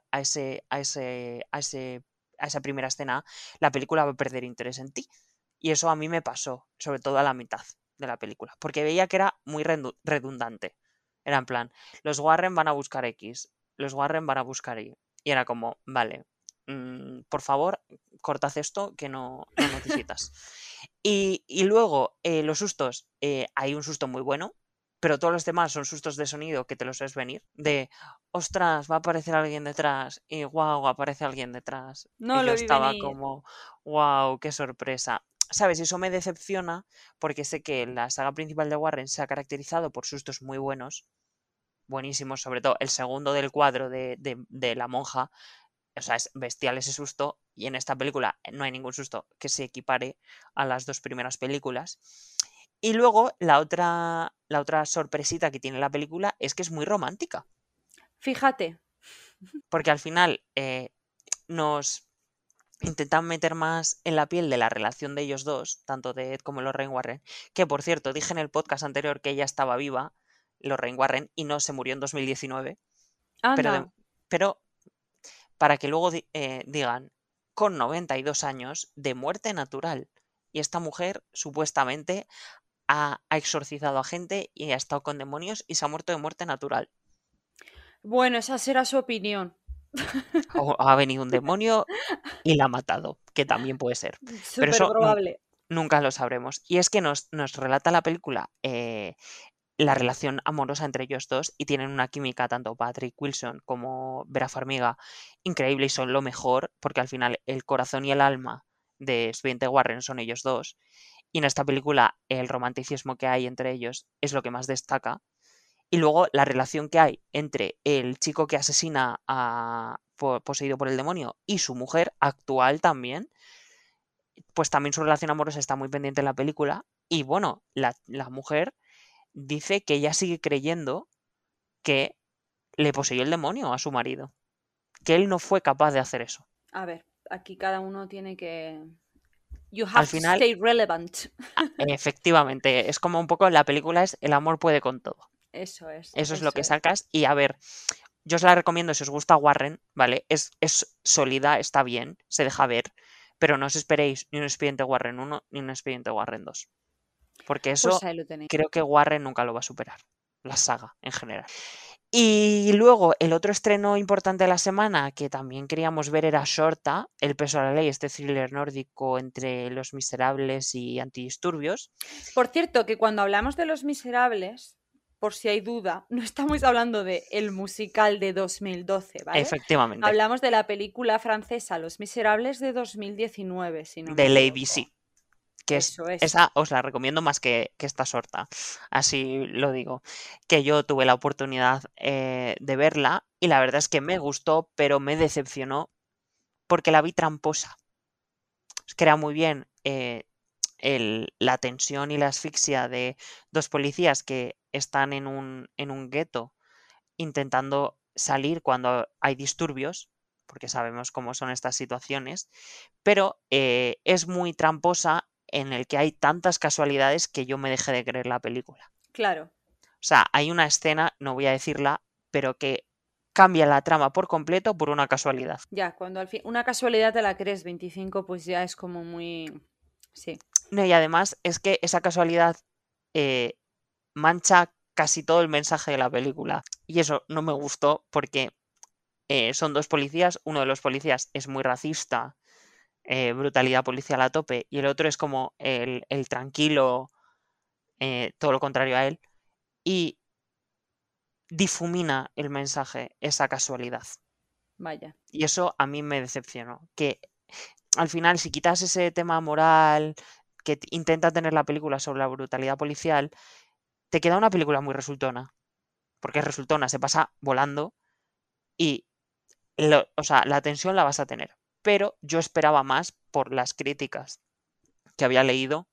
a esa primera escena, la película va a perder interés en ti. Y eso a mí me pasó, sobre todo a la mitad de la película, porque veía que era muy redundante. Era en plan, los Warren van a buscar X, los Warren van a buscar Y. Y era como, vale, por favor, cortad esto que no necesitas. Y luego, los sustos, hay un susto muy bueno, pero todos los demás son sustos de sonido que te los ves venir. De, ostras, va a aparecer alguien detrás. Y wow, aparece alguien detrás. Y No yo lo vi estaba venir. como, wow, qué sorpresa. ¿Sabes? Eso me decepciona porque sé que la saga principal de Warren se ha caracterizado por sustos muy buenos, buenísimos, sobre todo el segundo del cuadro de la monja. O sea, es bestial ese susto y en esta película no hay ningún susto que se equipare a las dos primeras películas. Y luego la otra sorpresita que tiene la película es que es muy romántica, Fíjate. porque al final nos intentan meter más en la piel de la relación de ellos dos, tanto de Ed como Lorraine Warren, que por cierto, dije en el podcast anterior que ella estaba viva, Lorraine Warren, y no se murió en 2019, Anda. pero para que luego digan, con 92 años de muerte natural. Y esta mujer supuestamente ha exorcizado a gente y ha estado con demonios y se ha muerto de muerte natural. Bueno, esa será su opinión. O ha venido un demonio y la ha matado, que también puede ser. Pero Súper eso probable. nunca lo sabremos. Y es que nos relata la película la relación amorosa entre ellos dos y tienen una química, tanto Patrick Wilson como Vera Farmiga, increíble y son lo mejor, porque al final el corazón y el alma de Expediente Warren son ellos dos. Y en esta película el romanticismo que hay entre ellos es lo que más destaca. Y luego la relación que hay entre el chico que asesina poseído por el demonio y su mujer actual también, pues también su relación amorosa está muy pendiente en la película. Y bueno, la mujer dice que ella sigue creyendo que le poseyó el demonio a su marido, que él no fue capaz de hacer eso. A ver, aquí cada uno tiene que... You Al have to final, stay relevant. efectivamente, es como un poco la película es el amor puede con todo. Eso es, Eso es lo eso que es. sacas. Y a ver, yo os la recomiendo si os gusta Warren, ¿vale? Es sólida, está bien, se deja ver, pero no os esperéis ni un Expediente Warren 1 ni un Expediente Warren 2. Porque Pues eso ahí lo tenéis. creo que Warren nunca lo va a superar. La saga en general. Y luego el otro estreno importante de la semana que también queríamos ver era Shorta, El peso de la ley, este thriller nórdico entre Los Miserables y Antidisturbios. Por cierto, que cuando hablamos de Los Miserables, por si hay duda, no estamos hablando de el musical de 2012, ¿vale? Efectivamente, Hablamos de la película francesa Los Miserables de 2019, si no me de la equivoco. ABC, que es Eso es. esa os la recomiendo más que esta Shorta, así lo digo, que yo tuve la oportunidad de verla y la verdad es que me gustó, pero me decepcionó porque la vi tramposa. Crea muy bien la tensión y la asfixia de dos policías que están en un gueto intentando salir cuando hay disturbios, porque sabemos cómo son estas situaciones, pero es muy tramposa en el que hay tantas casualidades que yo me dejé de creer la película. Claro. O sea, hay una escena, no voy a decirla, pero que cambia la trama por completo por una casualidad. Ya, cuando al fin una casualidad te la crees 25, pues ya es como muy... Sí. No, y además es que esa casualidad eh, mancha casi todo el mensaje de la película. Y eso no me gustó porque son dos policías, uno de los policías es muy racista, brutalidad policial a tope, y el otro es como el tranquilo, todo lo contrario a él, y difumina el mensaje esa casualidad. Vaya. Y eso a mí me decepcionó, que al final si quitas ese tema moral que intenta tener la película sobre la brutalidad policial, te queda una película muy resultona, porque es resultona, se pasa volando y o sea, la tensión la vas a tener. Pero yo esperaba más por las críticas que había leído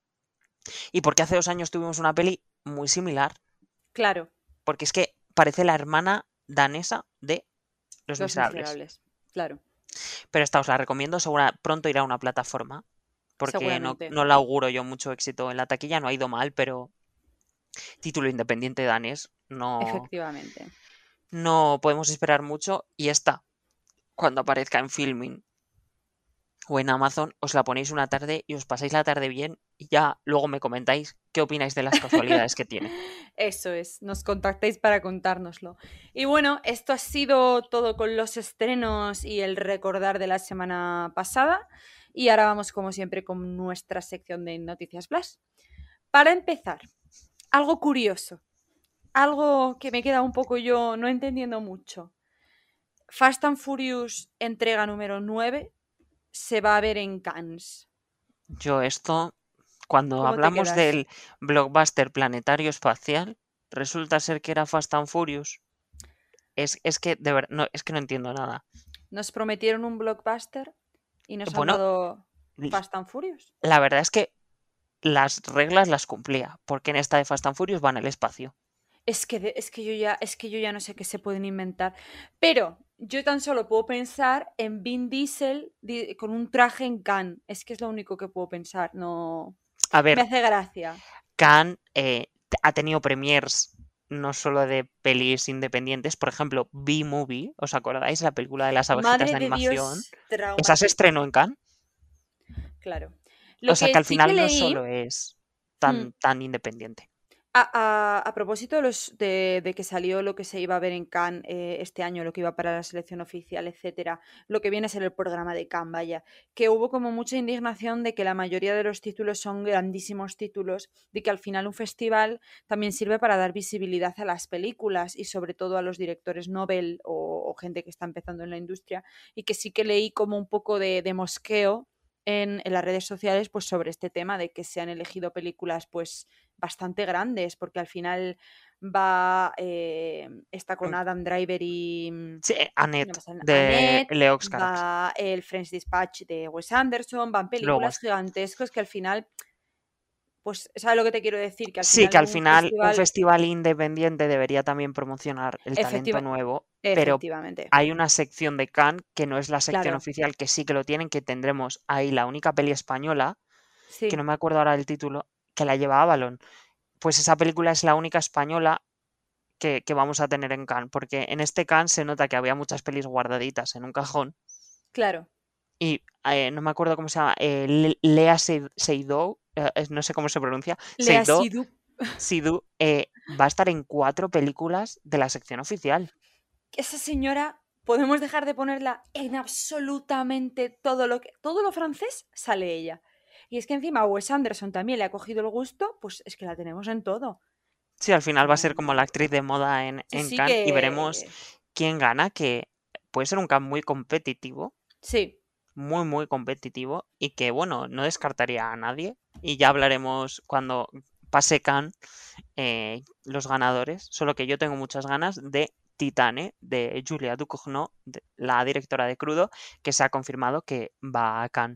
y porque hace 2 años tuvimos una peli muy similar, Claro, porque es que parece la hermana danesa de Los Los Miserables. Miserables. Claro, Pero esta os la recomiendo, pronto irá a una plataforma, porque seguramente. no le auguro yo mucho éxito en la taquilla, no ha ido mal, pero título independiente danés, Efectivamente. no podemos esperar mucho y esta, cuando aparezca en Filmin o en Amazon, os la ponéis una tarde y os pasáis la tarde bien y ya luego me comentáis qué opináis de las casualidades que tiene. Eso es, nos contactáis para contárnoslo. Y bueno, esto ha sido todo con los estrenos y el recordar de la semana pasada. Y ahora vamos, como siempre, con nuestra sección de Noticias Flash. Para empezar, algo curioso, algo que me queda un poco yo no entendiendo mucho. Fast and Furious entrega número 9 se va a ver en Cannes. Yo esto, cuando ¿Cómo te hablamos quedas? del blockbuster planetario espacial, resulta ser que era Fast and Furious. Es que de verdad, no, es que no entiendo nada. Nos prometieron un blockbuster y nos han Bueno, dado Fast and Furious. la verdad es que las reglas las cumplía, porque en esta de Fast and Furious van al espacio. Es que yo ya no sé qué se pueden inventar. Pero yo tan solo puedo pensar en Vin Diesel con un traje en Cannes. Es que es lo único que puedo pensar. No. A Me ver, hace gracia. Cannes ha tenido premiers no solo de pelis independientes, por ejemplo, B-Movie, ¿os acordáis? La película de las abejitas Madre de de animación. Dios, Esa se traumática. estrenó en Cannes. Claro. O Lo sea que que al sí que final no leí. solo es hmm, tan independiente. A propósito de que salió lo que se iba a ver en Cannes este año, lo que iba para la selección oficial, etcétera, lo que viene a ser el programa de Cannes, vaya, que hubo como mucha indignación de que la mayoría de los títulos son grandísimos títulos, de que al final un festival también sirve para dar visibilidad a las películas y sobre todo a los directores Nobel o gente que está empezando en la industria, y que sí que leí como un poco de mosqueo en las redes sociales pues sobre este tema de que se han elegido películas pues bastante grandes, porque al final va, está con Mm, Adam Driver y Sí, no Annette me sale, de Annette, Leox Carax. va el French Dispatch de Wes Anderson, van Luego, películas gigantescos que al final, pues, ¿sabes lo que te quiero decir? Que al sí, final que en al un final un festival, festival independiente debería también promocionar el talento efectiva, nuevo, pero efectivamente, hay una sección de Cannes que no es la sección claro, oficial, que sí que lo tienen, que tendremos ahí la única peli española, que no sí, me acuerdo ahora del título, que la lleva Avalon. Pues esa película es la única española que vamos a tener en Cannes, porque en este Cannes se nota que había muchas pelis guardaditas en un cajón claro. y no me acuerdo cómo se llama, Lea Seydoux, no sé cómo se pronuncia, Lea Seydoux, Seydoux, Seydoux, va a estar en 4 películas de la sección oficial. Esa señora, podemos dejar de ponerla en absolutamente todo lo francés sale ella. Y es que encima a Wes Anderson también le ha cogido el gusto, pues es que la tenemos en todo. Sí, al O sea, final va a ser como la actriz de moda sí, en sí Cannes y veremos que... quién gana, que puede ser un Cannes muy competitivo, Sí, muy, muy competitivo y que, bueno, no descartaría a nadie. Y ya hablaremos cuando pase Cannes los ganadores. Solo que yo tengo muchas ganas de Titane, de Julia Ducournau, la directora de Crudo, que se ha confirmado que va a Cannes,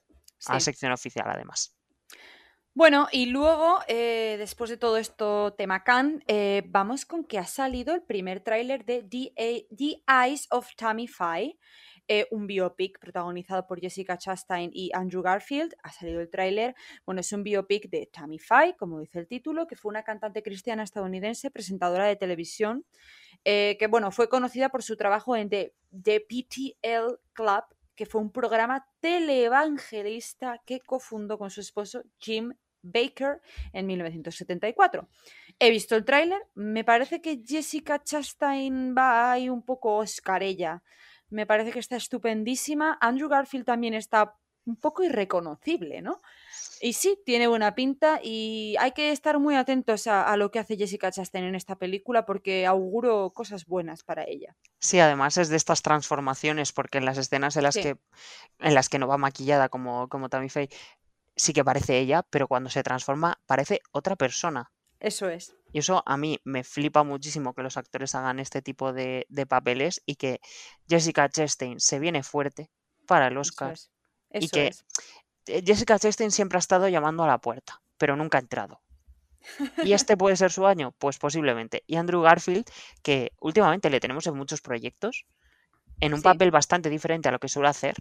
a sí. sección oficial además. Bueno, y luego, después de todo esto tema Cannes, vamos con que ha salido el primer tráiler de The Eyes of Tammy Faye, un biopic protagonizado por Jessica Chastain y Andrew Garfield. Ha salido el tráiler. Bueno, es un biopic de Tammy Faye, como dice el título, que fue una cantante cristiana estadounidense, presentadora de televisión, que bueno, fue conocida por su trabajo en The PTL Club, que fue un programa televangelista que cofundó con su esposo Jim Baker en 1974. He visto el tráiler, me parece que Jessica Chastain va ahí un poco oscarella. Me parece que está estupendísima. Andrew Garfield también está un poco irreconocible, ¿no? Y sí, tiene buena pinta y hay que estar muy atentos a lo que hace Jessica Chastain en esta película porque auguro cosas buenas para ella. Sí, además es de estas transformaciones, porque en las escenas Sí, en las que no va maquillada como Tammy Faye, sí que parece ella, pero cuando se transforma parece otra persona. eso es. Y eso a mí me flipa muchísimo que los actores hagan este tipo de papeles y que Jessica Chastain se viene fuerte para el Eso Oscar es. y Eso que es. Jessica Chastain siempre ha estado llamando a la puerta, pero nunca ha entrado. ¿Y este puede ser su año? Pues posiblemente. Y Andrew Garfield, que últimamente le tenemos en muchos proyectos, en un Sí. papel bastante diferente a lo que suele hacer,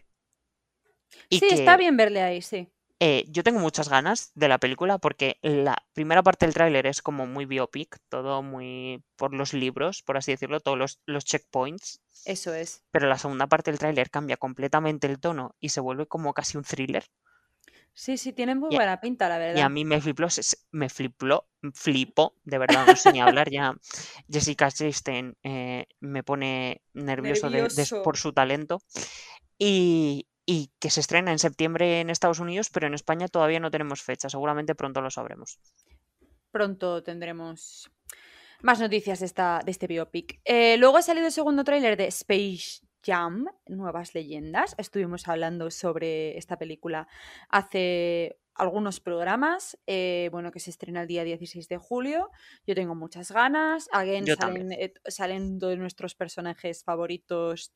y Sí, está que bien verle ahí, sí. yo tengo muchas ganas de la película porque la primera parte del tráiler es como muy biopic, todo muy por los libros, por así decirlo, todos los checkpoints, Eso es. pero la segunda parte del tráiler cambia completamente el tono y se vuelve como casi un thriller. Sí, sí, tiene muy Y a, buena pinta, la y a verdad. mí flipó, de verdad, no sé ni hablar ya. Jessica Chastain me pone nervioso Nervioso. por su talento. Y que se estrena en septiembre en Estados Unidos, pero en España todavía no tenemos fecha, seguramente pronto lo sabremos. Pronto tendremos más noticias de este biopic. Luego ha salido el segundo tráiler de Space Jam, Nuevas Leyendas. Estuvimos hablando sobre esta película hace algunos programas, bueno, que se estrena el día 16 de julio. Yo tengo muchas ganas. Again, Yo también. salen de nuestros personajes favoritos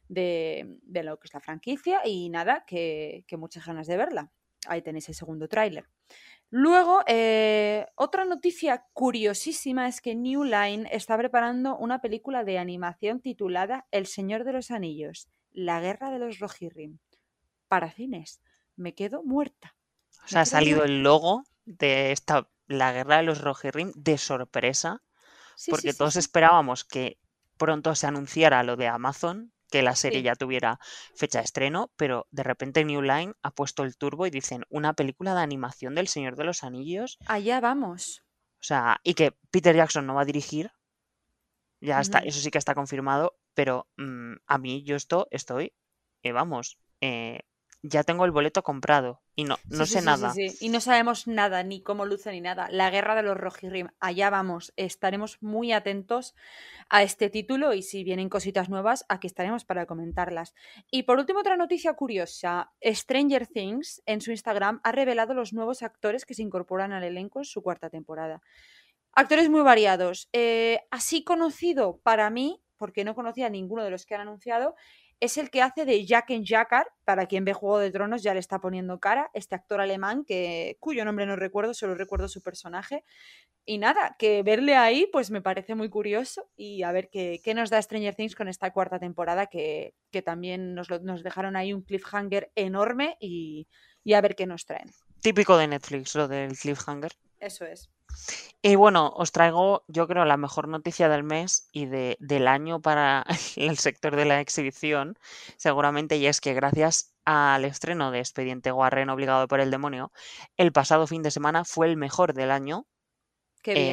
de lo que es la franquicia y nada, que muchas ganas de verla. Ahí tenéis el segundo tráiler. Luego, otra noticia curiosísima es que New Line está preparando una película de animación titulada El Señor de los Anillos, La Guerra de los Rohirrim, para cines. Me quedo muerta. O Me sea, ha quedo salido muerta. el logo de la Guerra de los Rohirrim de sorpresa, Sí, sí, porque sí, todos sí. esperábamos que pronto se anunciara lo de Amazon, que la serie Sí. ya tuviera fecha de estreno, pero de repente New Line ha puesto el turbo y dicen una película de animación del Señor de los Anillos, Allá vamos. o sea, y que Peter Jackson no va a dirigir, ya está, Ujú. eso sí que está confirmado, pero a mí yo estoy, vamos, ya tengo el boleto comprado y Sí, no sí, sé sí, sí, nada. sí. Y no sabemos nada, ni cómo luce, ni nada. La Guerra de los Rohirrim. Allá vamos. Estaremos muy atentos a este título y si vienen cositas nuevas, aquí estaremos para comentarlas. Y por último, otra noticia curiosa. Stranger Things en su Instagram ha revelado los nuevos actores que se incorporan al elenco en su cuarta temporada. Actores muy variados. Así conocido para mí, porque no conocía a ninguno de los que han anunciado, es el que hace de Jaqen Jakar, para quien ve Juego de Tronos ya le está poniendo cara, este actor alemán cuyo nombre no recuerdo, solo recuerdo su personaje. Y nada, que verle ahí pues me parece muy curioso y a ver qué nos da Stranger Things con esta cuarta temporada que también nos dejaron ahí un cliffhanger enorme y a ver qué nos traen. Típico de Netflix, lo del cliffhanger. Eso es. Y bueno, os traigo, yo creo, la mejor noticia del mes y del año para el sector de la exhibición, seguramente, y es que gracias al estreno de Expediente Warren obligado por el demonio, el pasado fin de semana fue el mejor del año, Qué eh, bien, ¿eh?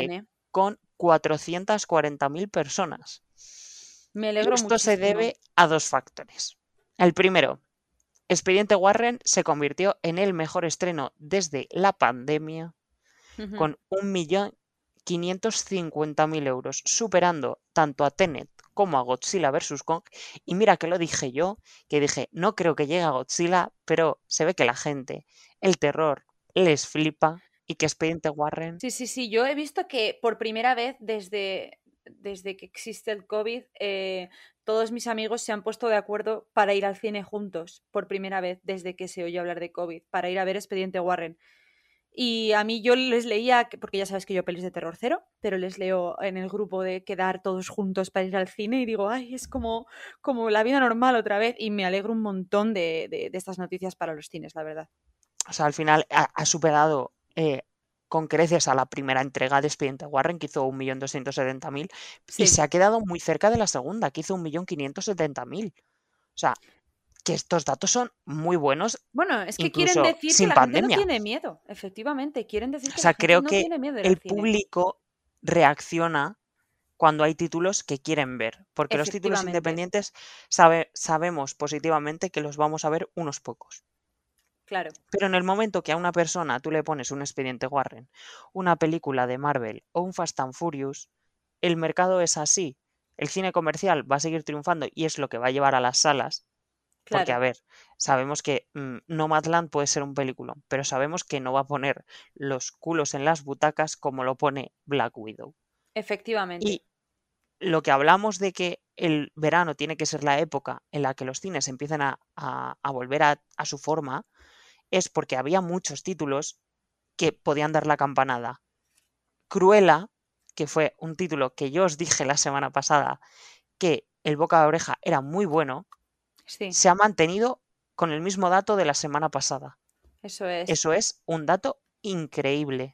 con 440.000 personas. Me Y alegro esto se muchísimo. debe a dos factores. El primero, Expediente Warren se convirtió en el mejor estreno desde la pandemia Ujú. con 1.550.000 euros, superando tanto a Tenet como a Godzilla vs. Kong. Y mira que lo dije yo, que dije, no creo que llegue a Godzilla, pero se ve que la gente, el terror, les flipa y que Expediente Warren... Sí, sí, sí. Yo he visto que por primera vez desde que existe el COVID, todos mis amigos se han puesto de acuerdo para ir al cine juntos, por primera vez desde que se oye hablar de COVID, para ir a ver Expediente Warren. Y a mí yo les leía, porque ya sabes que yo pelis de terror cero, pero les leo en el grupo de quedar todos juntos para ir al cine y digo, ay, es como la vida normal otra vez. Y me alegro un montón de estas noticias para los cines, la verdad. O sea, al final ha superado con creces a la primera entrega de Expediente Warren, que hizo 1.270.000, y Sí. se ha quedado muy cerca de la segunda, que hizo 1.570.000. O sea, que estos datos son muy buenos, Bueno, es que quieren incluso decir que sin la gente no pandemia. tiene miedo, efectivamente. Quieren decir O que la sea, gente creo no que tiene miedo de ir al el cine. público reacciona cuando hay títulos que quieren ver, porque los títulos Efectivamente, independientes sabemos positivamente que los vamos a ver unos pocos. claro. Pero en el momento que a una persona tú le pones un Expediente Warren, una película de Marvel o un Fast and Furious, el mercado es así. El cine comercial va a seguir triunfando y es lo que va a llevar a las salas, porque, a Claro, ver, sabemos que Nomadland puede ser un peliculón, pero sabemos que no va a poner los culos en las butacas como lo pone Black Widow. efectivamente. Y lo que hablamos de que el verano tiene que ser la época en la que los cines empiezan a volver a su forma, es porque había muchos títulos que podían dar la campanada. Cruella, que fue un título que yo os dije la semana pasada que el boca a oreja era muy bueno, Sí, se ha mantenido con el mismo dato de la semana pasada. eso es. Eso es un dato increíble.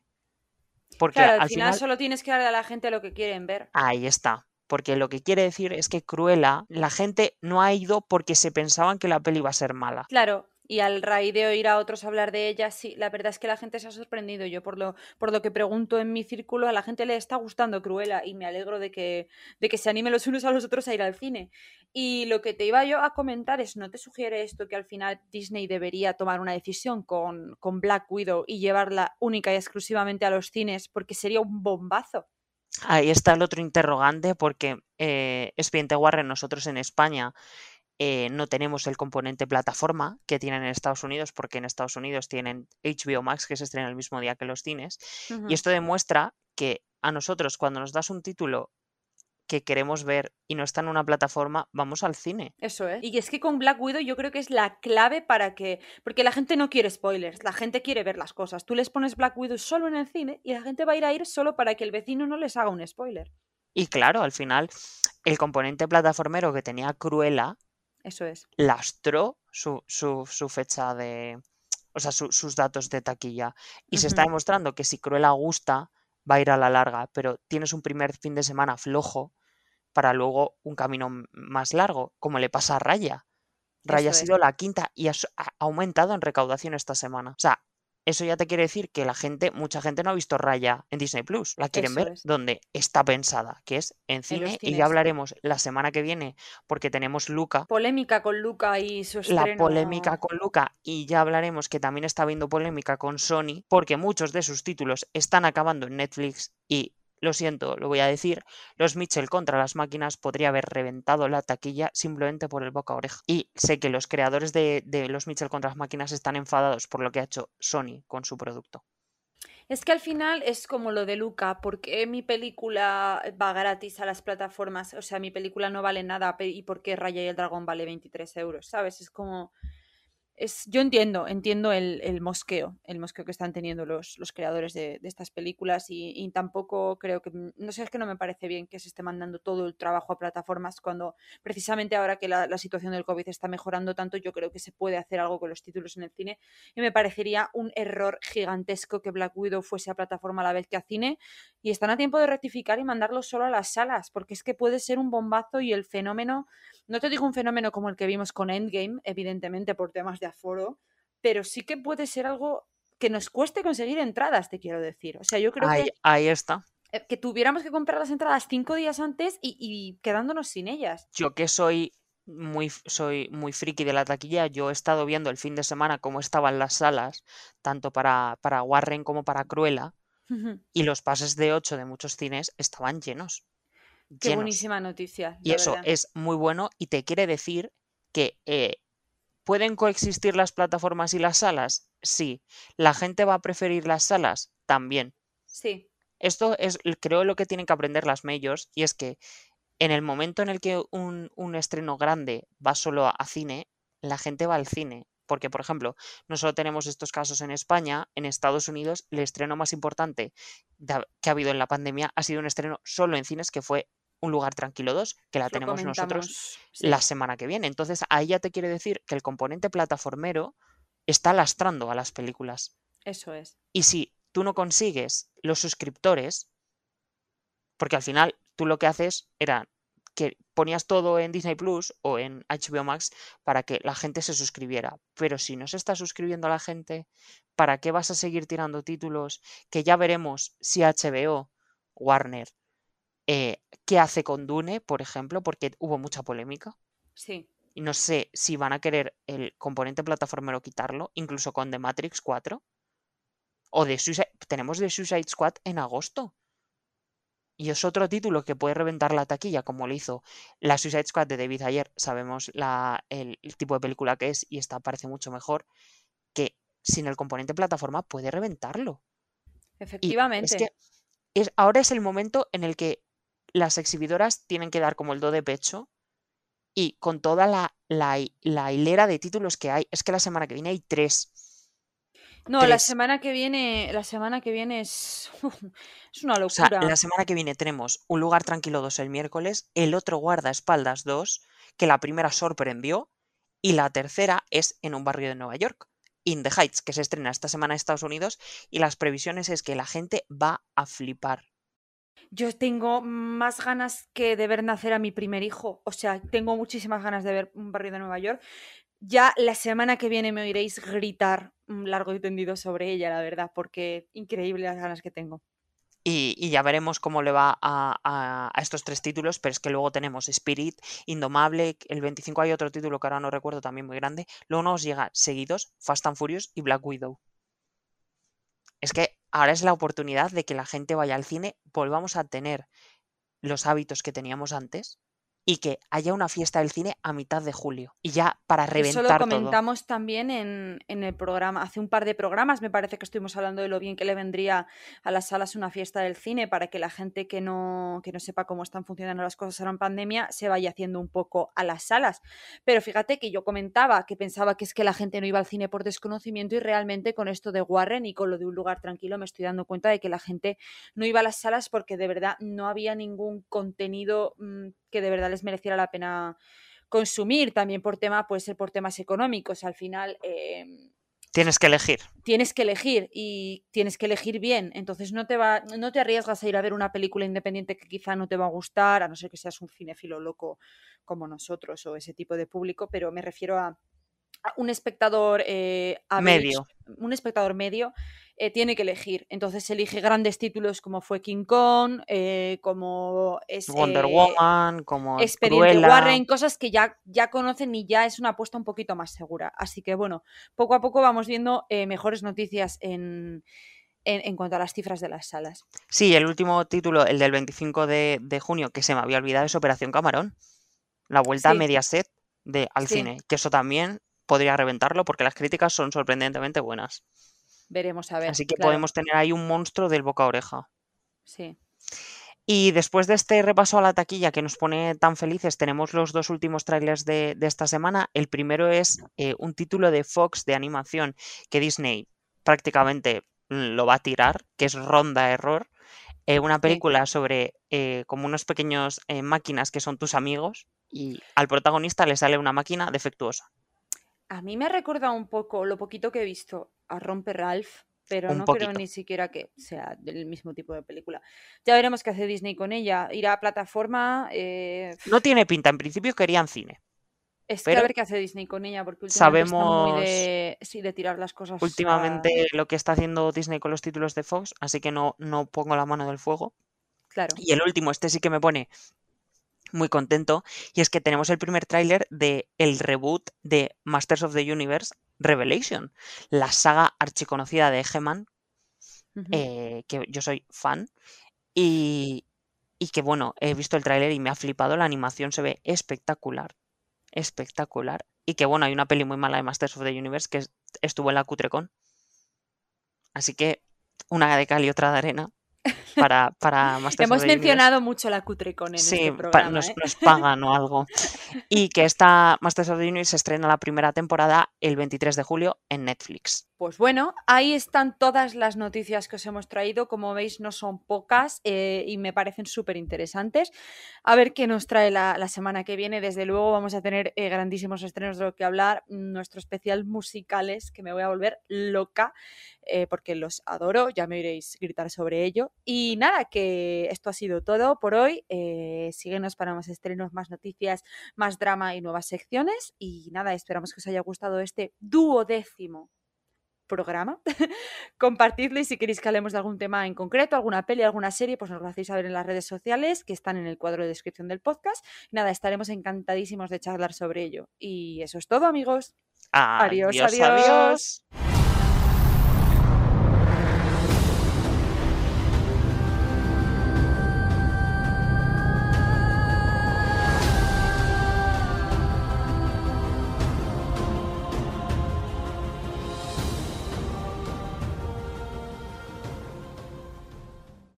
Porque Claro, al al final final, solo tienes que darle a la gente lo que quieren ver. ahí está. Porque lo que quiere decir es que Cruella, la gente no ha ido porque se pensaban que la peli iba a ser mala. Claro, y al raíz de oír a otros hablar de ella, sí, la verdad es que la gente se ha sorprendido. Yo por lo que pregunto en mi círculo, a la gente le está gustando Cruella y me alegro de que se animen los unos a los otros a ir al cine. Y lo que te iba yo a comentar es, ¿no te sugiere esto que al final Disney debería tomar una decisión con Black Widow y llevarla única y exclusivamente a los cines? Porque sería un bombazo. Ahí está el otro interrogante porque Expediente Warren nosotros en España no tenemos el componente plataforma que tienen en Estados Unidos, porque en Estados Unidos tienen HBO Max, que se estrena el mismo día que los cines, y Ujú. esto demuestra que a nosotros cuando nos das un título que queremos ver y no está en una plataforma, vamos al cine. Eso es. Y es que con Black Widow yo creo que es la clave para que. Porque la gente no quiere spoilers, la gente quiere ver las cosas. Tú les pones Black Widow solo en el cine y la gente va a ir solo para que el vecino no les haga un spoiler. Y claro, al final, el componente plataformero que tenía Cruella Eso es. lastró su fecha de, o sea, sus datos de taquilla. Y se está Ujú. demostrando que si Cruella gusta, va a ir a la larga, pero tienes un primer fin de semana flojo para luego un camino más largo, como le pasa a Raya. Raya ha Eso es. sido la quinta y ha aumentado en recaudación esta semana. O sea, eso ya te quiere decir que mucha gente no ha visto Raya en Disney Plus. La quieren Eso ver es. donde está pensada, que es en En los cine. Y ya cines. hablaremos la semana que viene, porque tenemos Luca, Polémica con Luca y su la polémica estreno. con Luca, y ya hablaremos que también está habiendo polémica con Sony, porque muchos de sus títulos están acabando en Netflix y, lo siento, lo voy a decir, los Mitchell contra las máquinas podría haber reventado la taquilla simplemente por el boca a oreja. Y sé que los creadores de los Mitchell contra las máquinas están enfadados por lo que ha hecho Sony con su producto. Es que al final es como lo de Luca, porque mi película va gratis a las plataformas, o sea, mi película no vale nada y por qué Raya y el Dragón vale 23 euros, ¿sabes? Es como. Yo entiendo el mosqueo que están teniendo los creadores de estas películas y tampoco creo que, no sé, es que no me parece bien que se esté mandando todo el trabajo a plataformas cuando precisamente ahora que la situación del COVID está mejorando tanto, yo creo que se puede hacer algo con los títulos en el cine y me parecería un error gigantesco que Black Widow fuese a plataforma a la vez que a cine y están a tiempo de rectificar y mandarlo solo a las salas, porque es que puede ser un bombazo y el fenómeno no te digo un fenómeno como el que vimos con Endgame, evidentemente por temas de aforo, pero sí que puede ser algo que nos cueste conseguir entradas, te quiero decir. O sea, yo creo Ahí, que ahí está. Que tuviéramos que comprar las entradas 5 días antes y quedándonos sin ellas. Yo que soy muy friki de la taquilla, yo he estado viendo el fin de semana cómo estaban las salas, tanto para Warren como para Cruella, y los pases de 8 de muchos cines estaban llenos, Qué llenos. buenísima noticia, Y la eso verdad. es muy bueno y te quiere decir que ¿pueden coexistir las plataformas y las salas? Sí. ¿La gente va a preferir las salas? También. Sí, Esto es, creo, lo que tienen que aprender las majors, y es que en el momento en el que un estreno grande va solo a cine, la gente va al cine. Porque, por ejemplo, no solo tenemos estos casos en España, en Estados Unidos, el estreno más importante que ha habido en la pandemia ha sido un estreno solo en cines, que fue Un lugar tranquilo 2, que la lo tenemos nosotros comentamos, la sí, semana que viene. Entonces, ahí ya te quiere decir que el componente plataformero está lastrando a las películas. eso es. Y si tú no consigues los suscriptores, porque al final tú lo que haces era que ponías todo en Disney Plus o en HBO Max para que la gente se suscribiera. Pero si no se está suscribiendo a la gente, ¿para qué vas a seguir tirando títulos que ya veremos si HBO, Warner, qué hace con Dune, por ejemplo, porque hubo mucha polémica? Sí. Y no sé si van a querer el componente plataformero quitarlo, incluso con The Matrix 4 o de tenemos The Suicide Squad en agosto. Y es otro título que puede reventar la taquilla, como lo hizo la Suicide Squad de David Ayer. Sabemos el tipo de película que es y esta parece mucho mejor, que sin el componente plataforma puede reventarlo. Y es que Efectivamente. ahora es el momento en el que las exhibidoras tienen que dar como el do de pecho, y con toda la hilera de títulos que hay, es que la semana que viene hay tres. No, Tres. la semana que viene es, es una O sea, la locura. semana que viene tenemos Un lugar tranquilo 2 el miércoles, el otro Guardaespaldas 2, que la primera sorprendió, y la tercera es En un barrio de Nueva York, In the Heights, que se estrena esta semana en Estados Unidos, y las previsiones es que la gente va a flipar. Yo tengo más ganas que de ver nacer a mi primer hijo. O sea, tengo muchísimas ganas de ver un barrio de Nueva York. Ya la semana que viene me oiréis gritar largo y tendido sobre ella, la verdad, porque increíble las ganas que tengo. Y ya veremos cómo le va a estos tres títulos, pero es que luego tenemos Spirit, Indomable, el 25 hay otro título que ahora no recuerdo, también muy grande. Luego nos llega seguidos Fast and Furious y Black Widow. Es que ahora es la oportunidad de que la gente vaya al cine, volvamos a tener los hábitos que teníamos antes y que haya una fiesta del cine a mitad de julio. Y ya para Eso lo reventar todo. comentamos también en el programa. Hace un par de programas me parece que estuvimos hablando de lo bien que le vendría a las salas una fiesta del cine para que la gente que no sepa cómo están funcionando las cosas ahora en pandemia se vaya haciendo un poco a las salas. Pero fíjate que yo comentaba que pensaba que es que la gente no iba al cine por desconocimiento y realmente con esto de Warren y con lo de Un lugar tranquilo me estoy dando cuenta de que la gente no iba a las salas porque de verdad no había ningún contenido que de verdad les mereciera la pena consumir, también por tema, puede ser por temas económicos. Al final Tienes que elegir. tienes que elegir y tienes que elegir bien. Entonces no te arriesgas a ir a ver una película independiente que quizá no te va a gustar, a no ser que seas un cinéfilo loco como nosotros o ese tipo de público, pero me refiero a un espectador average, Medio. un espectador medio, tiene que elegir. Entonces elige grandes títulos como fue King Kong, como es Wonder Woman, como Expediente Cruella. Warren, cosas que ya conocen y ya es una apuesta un poquito más segura. Así que bueno, poco a poco vamos viendo mejores noticias en cuanto a las cifras de las salas. Sí, el último título, el del 25 de junio, que se me había olvidado, es Operación Camarón. La vuelta a Sí, Mediaset al sí, cine, que eso también podría reventarlo porque las críticas son sorprendentemente buenas. veremos a ver, Así que claro, podemos tener ahí un monstruo del boca a oreja. sí. Y después de este repaso a la taquilla que nos pone tan felices, tenemos los dos últimos trailers de esta semana. El primero es un título de Fox de animación que Disney prácticamente lo va a tirar, que es Ronda Error. Una Sí. película sobre como unos pequeños máquinas que son tus amigos, y al protagonista le sale una máquina defectuosa. A mí me ha recordado un poco, lo poquito que he visto, a Romper Ralph, pero Un no creo poquito. ni siquiera que sea del mismo tipo de película. Ya veremos qué hace Disney con ella. Irá a plataforma. No tiene pinta, en principio querían cine, Es que a pero ver qué hace Disney con ella, porque últimamente está muy sabemos sí, de tirar las cosas a... últimamente lo que está haciendo Disney con los títulos de Fox, así que no pongo la mano del fuego. Claro. Y el último, este sí que me pone muy contento, y es que tenemos el primer tráiler de el reboot de Masters of the Universe Revelation, la saga archiconocida de He-Man, que yo soy fan, y que bueno, he visto el tráiler y me ha flipado, la animación se ve espectacular, espectacular, y que bueno, hay una peli muy mala de Masters of the Universe que estuvo en la Cutrecon, así que una de cal y otra de arena para Masters of Hemos the Universe. mencionado mucho la Cutrecon en Sí, este programa, nos pagan o algo. Y que esta Masters of the Universe se estrena la primera temporada el 23 de julio en Netflix. Pues bueno, ahí están todas las noticias que os hemos traído. Como veis, no son pocas y me parecen súper interesantes. A ver qué nos trae la semana que viene. Desde luego vamos a tener grandísimos estrenos de lo que hablar. Nuestro especial musicales, que me voy a volver loca porque los adoro. Ya me oiréis gritar sobre ello. Y nada, que esto ha sido todo por hoy. Síguenos para más estrenos, más noticias, más drama y nuevas secciones. Y nada, esperamos que os haya gustado este 12º programa. Compartidlo y si queréis que hablemos de algún tema en concreto, alguna peli, alguna serie, pues nos lo hacéis saber en las redes sociales que están en el cuadro de descripción del podcast. Nada, estaremos encantadísimos de charlar sobre ello. Y eso es todo, amigos. Adiós, Adiós, adiós. adiós.